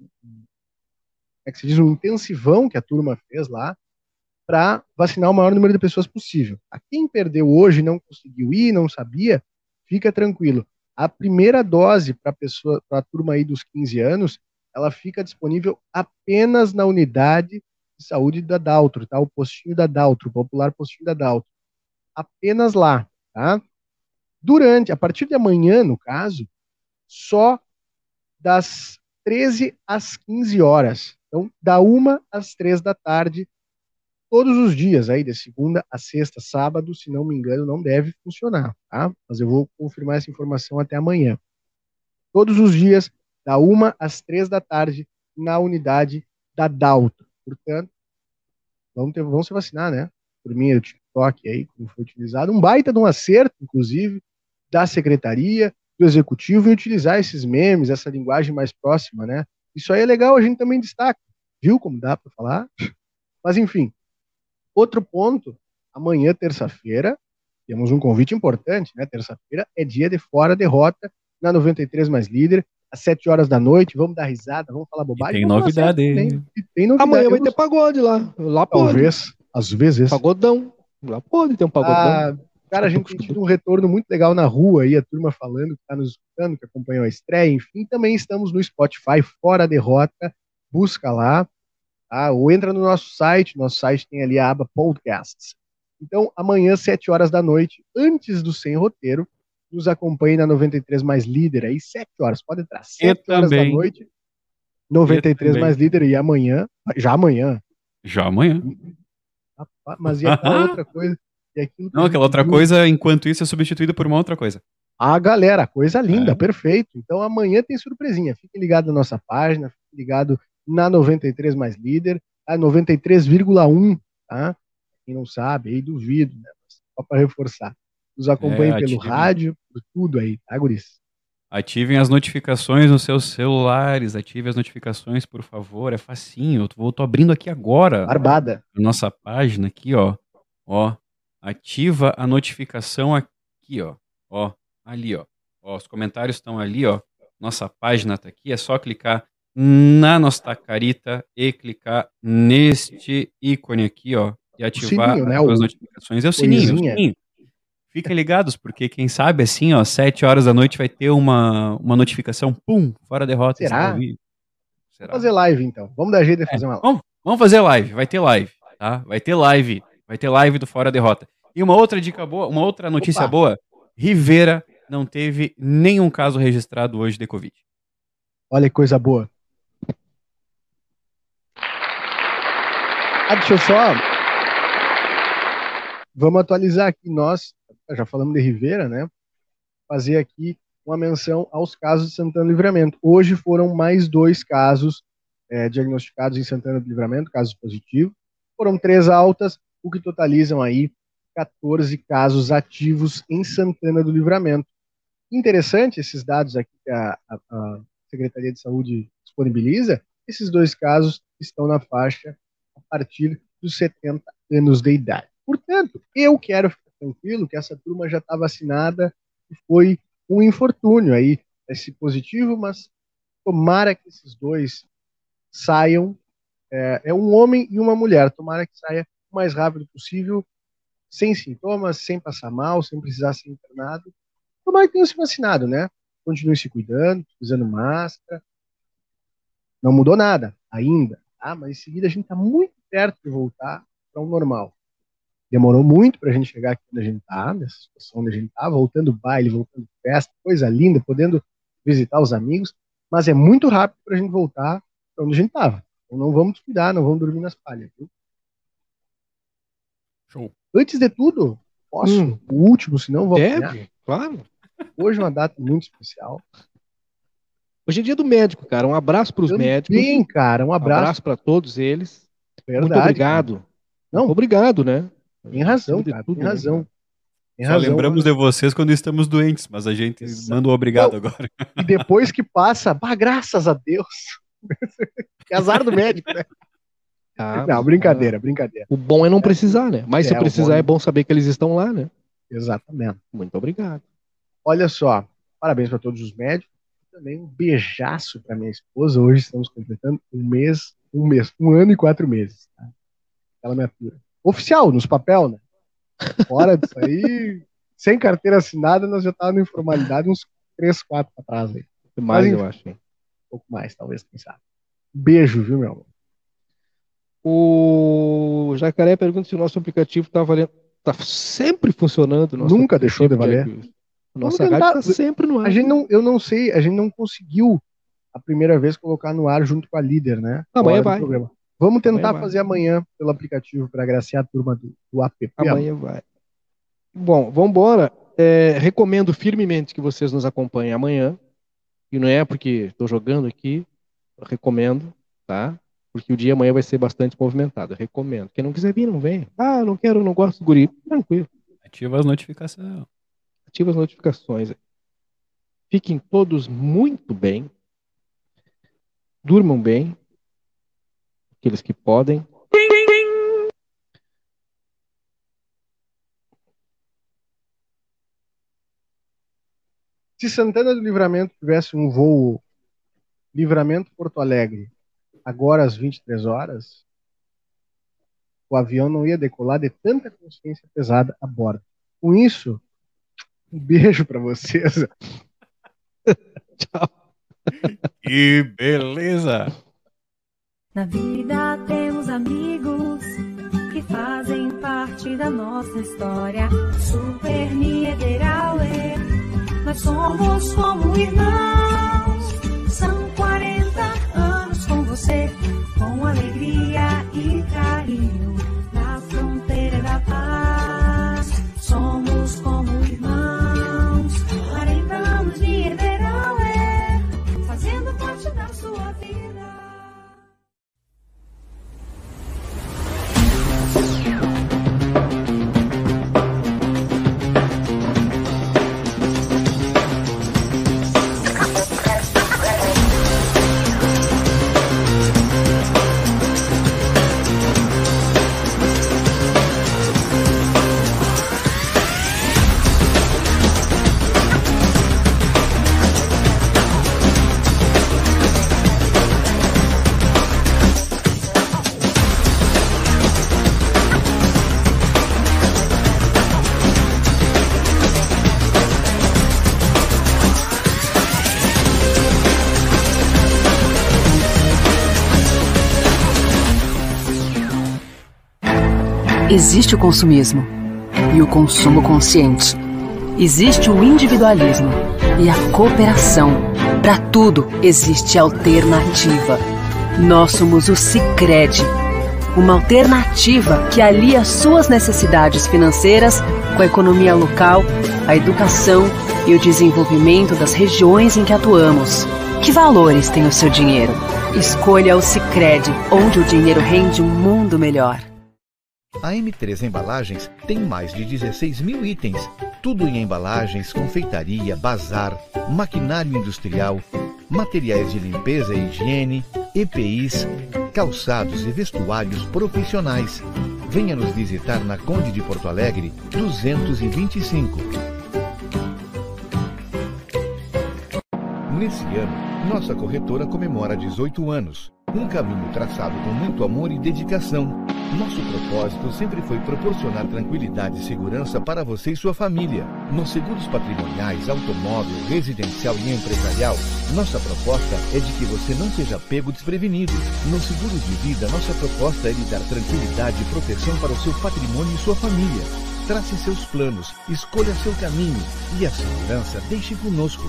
é que se diz, um intensivão que a turma fez lá para vacinar o maior número de pessoas possível. A quem perdeu hoje, não conseguiu ir, não sabia, fica tranquilo. A primeira dose para a turma aí dos 15 anos, ela fica disponível apenas na unidade de saúde da Daltro, tá? O postinho da Daltro, o popular postinho da Daltro. Apenas lá, tá? A partir de amanhã, no caso, só das 13 às 15 horas. Então, da 1 às 3 da tarde, todos os dias, aí, de segunda a sexta, sábado, se não me engano, não deve funcionar, tá? Mas eu vou confirmar essa informação até amanhã. Todos os dias, da 1 às 3 da tarde, na unidade da Daltro. Portanto, vamos se vacinar, né? Por mim, o TikTok aí, como foi utilizado. Um baita de um acerto, inclusive, da secretaria, do executivo, em utilizar esses memes, essa linguagem mais próxima, né? Isso aí é legal, a gente também destaca. Viu como dá para falar? Mas, enfim. Outro ponto, amanhã, terça-feira, temos um convite importante, né? Terça-feira é dia de Fora Derrota, na 93 Mais Líder, às 7 horas da noite, vamos dar risada, vamos falar bobagem. E tem novidade. Tem novidade. Amanhã vai ter pagode lá. Lá talvez, pode. Às vezes. Pagodão. Lá pode ter um pagodão. Cara, a gente tem tido um retorno muito legal na rua aí, a turma falando que está nos escutando, que acompanhou a estreia, enfim, também estamos no Spotify, Fora Derrota, busca lá, tá? Ou entra no nosso site tem ali a aba Podcasts. Então, amanhã, 7 horas da noite, antes do Sem Roteiro, nos acompanhe na 93 Mais Líder aí, 7 horas, pode entrar, 7 horas da noite, 93 Mais Líder, e amanhã, já amanhã. Mas e aquela outra coisa? Não, aquela outra coisa, enquanto isso, é substituída por uma outra coisa. Ah, galera, coisa linda, perfeito. Então amanhã tem surpresinha. Fique ligado na nossa página, fique ligado na 93 Mais Líder, a 93,1, tá? Quem não sabe, aí duvido, né? Só para reforçar. Nos acompanhem pelo rádio, por tudo aí, tá, guris? Ativem as notificações nos seus celulares, ativem as notificações, por favor, é facinho. Eu tô abrindo aqui agora. Barbada. A nossa página aqui, ó. Ó. Ativa a notificação aqui, ó. Ó, ali, ó. Ó, os comentários estão ali, ó. Nossa página tá aqui, é só clicar na nossa carita e clicar neste ícone aqui, ó, e ativar sininho, né? as notificações. É o sininho. Fiquem ligados, porque quem sabe assim, ó, 7 horas da noite vai ter uma notificação, pum, Fora Derrota. Será? Vamos fazer live, então. Vamos dar jeito de fazer uma live. Vamos fazer live, vai ter live, tá? Vai ter live do Fora Derrota. E uma outra dica boa, uma outra notícia boa, Rivera não teve nenhum caso registrado hoje de Covid. Olha que coisa boa. Deixa eu só... Vamos atualizar aqui, nós já falamos de Rivera, né? Fazer aqui uma menção aos casos de Santana do Livramento. Hoje foram mais 2 casos diagnosticados em Santana do Livramento, casos positivos. Foram 3 altas, o que totalizam aí 14 casos ativos em Santana do Livramento. Interessante esses dados aqui que a Secretaria de Saúde disponibiliza. Esses 2 casos estão na faixa a partir dos 70 anos de idade. Portanto, eu quero ficar tranquilo que essa turma já está vacinada e foi um infortúnio aí, esse positivo, mas tomara que esses 2 saiam é um homem e uma mulher. Tomara que saia o mais rápido possível, sem sintomas, sem passar mal, sem precisar ser internado. Tomara que tenham se vacinado, né? Continue se cuidando, usando máscara. Não mudou nada ainda, tá? Mas em seguida a gente está muito perto de voltar para o normal. Demorou muito para a gente chegar aqui onde a gente está, nessa situação onde a gente está, voltando baile, voltando festa, coisa linda, podendo visitar os amigos, mas é muito rápido para a gente voltar para onde a gente estava. Então não vamos descuidar, não vamos dormir nas palhas, viu? Show. Antes de tudo, posso, o último, senão vou apanhar. Deve, claro. Hoje é uma data muito especial. Hoje é dia do médico, cara. Um abraço para os médicos. Bem, cara, um abraço. Para todos eles. Verdade, muito obrigado. Cara. Não, obrigado, né? Tem razão, cara. Tudo, tem razão. Né? Tem Só razão, lembramos de vocês quando estamos doentes, mas a gente manda um obrigado agora. E depois que passa, graças a Deus. Que azar do médico, né? Não, brincadeira. O bom é não precisar, né? Mas se precisar, é bom saber que eles estão lá, né? Exatamente. Muito obrigado. Olha só, parabéns para todos os médicos. Também um beijaço para minha esposa. Hoje estamos completando um ano e 4 meses. Tá? Ela me atura. Oficial, nos papel, né? Fora disso aí, sem carteira assinada, nós já estávamos na informalidade uns 3, 4 para trás aí. Mais, eu acho. Um pouco mais, talvez, quem sabe. Beijo, viu, meu amor? O Jacaré pergunta se o nosso aplicativo está valendo. Está sempre funcionando. Nunca deixou de valer. Nossa rádio está sempre no ar. Eu não sei, a gente não conseguiu a primeira vez colocar no ar junto com a líder, né? Amanhã vai. Vamos tentar fazer amanhã pelo aplicativo para agraciar a turma do app. Amanhã vai. Bom, vamos embora. Recomendo firmemente que vocês nos acompanhem amanhã. E não é porque estou jogando aqui, eu recomendo, tá? Porque o dia amanhã vai ser bastante movimentado. Eu recomendo. Quem não quiser vir, não vem. Não quero, não gosto do guri. Tranquilo. Ativa as notificações. Ativa as notificações. Fiquem todos muito bem. Durmam bem. Aqueles que podem. Se Santana do Livramento tivesse um voo Livramento Porto Alegre agora às 23 horas, o avião não ia decolar de tanta consciência pesada a bordo. Com isso, um beijo para vocês. Tchau. Que beleza! Na vida temos amigos que fazem parte da nossa história. Super Niederauer, nós somos como irmãos. São 40 anos com você, com alegria e carinho, na fronteira da paz. Somos como irmãos, 40 anos de Niederauer, fazendo parte da sua vida. Existe o consumismo e o consumo consciente. Existe o individualismo e a cooperação. Para tudo existe alternativa. Nós somos o Sicredi, uma alternativa que alia suas necessidades financeiras com a economia local, a educação e o desenvolvimento das regiões em que atuamos. Que valores tem o seu dinheiro? Escolha o Sicredi, onde o dinheiro rende um mundo melhor. A M3 Embalagens tem mais de 16 mil itens, tudo em embalagens, confeitaria, bazar, maquinário industrial, materiais de limpeza e higiene, EPIs, calçados e vestuários profissionais. Venha nos visitar na Conde de Porto Alegre, 225. Nesse ano, nossa corretora comemora 18 anos. Um caminho traçado com muito amor e dedicação. Nosso propósito sempre foi proporcionar tranquilidade e segurança para você e sua família. Nos seguros patrimoniais, automóvel, residencial e empresarial, nossa proposta é de que você não seja pego desprevenido. Nos seguros de vida, nossa proposta é lhe dar tranquilidade e proteção para o seu patrimônio e sua família. Trace seus planos, escolha seu caminho e a segurança deixe conosco.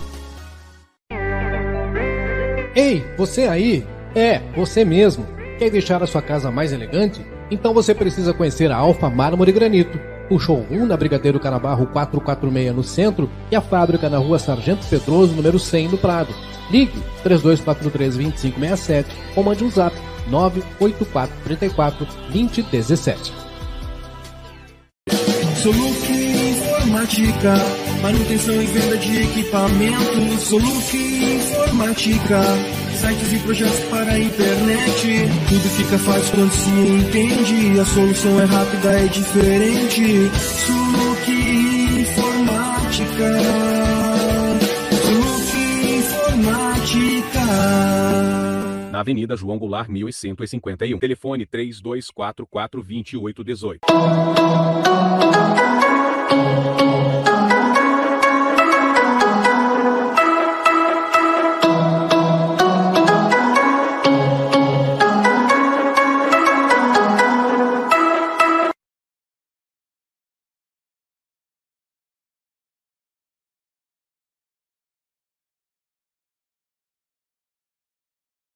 Ei, você aí? É, você mesmo. Quer deixar a sua casa mais elegante? Então você precisa conhecer a Alfa Mármore e Granito, o showroom na Brigadeiro Canabarro 446 no centro e a fábrica na rua Sargento Pedroso, número 100 no Prado. Ligue 3243-2567 ou mande um zap 98434-2017. Soluc Informática, manutenção e venda de equipamentos. Soluc Informática, sites e projetos para a internet. Tudo fica fácil quando se entende. A solução é rápida, é diferente. Soluc Informática. Soluc Informática. Na Avenida João Goulart, 1151. Telefone 3244-2818.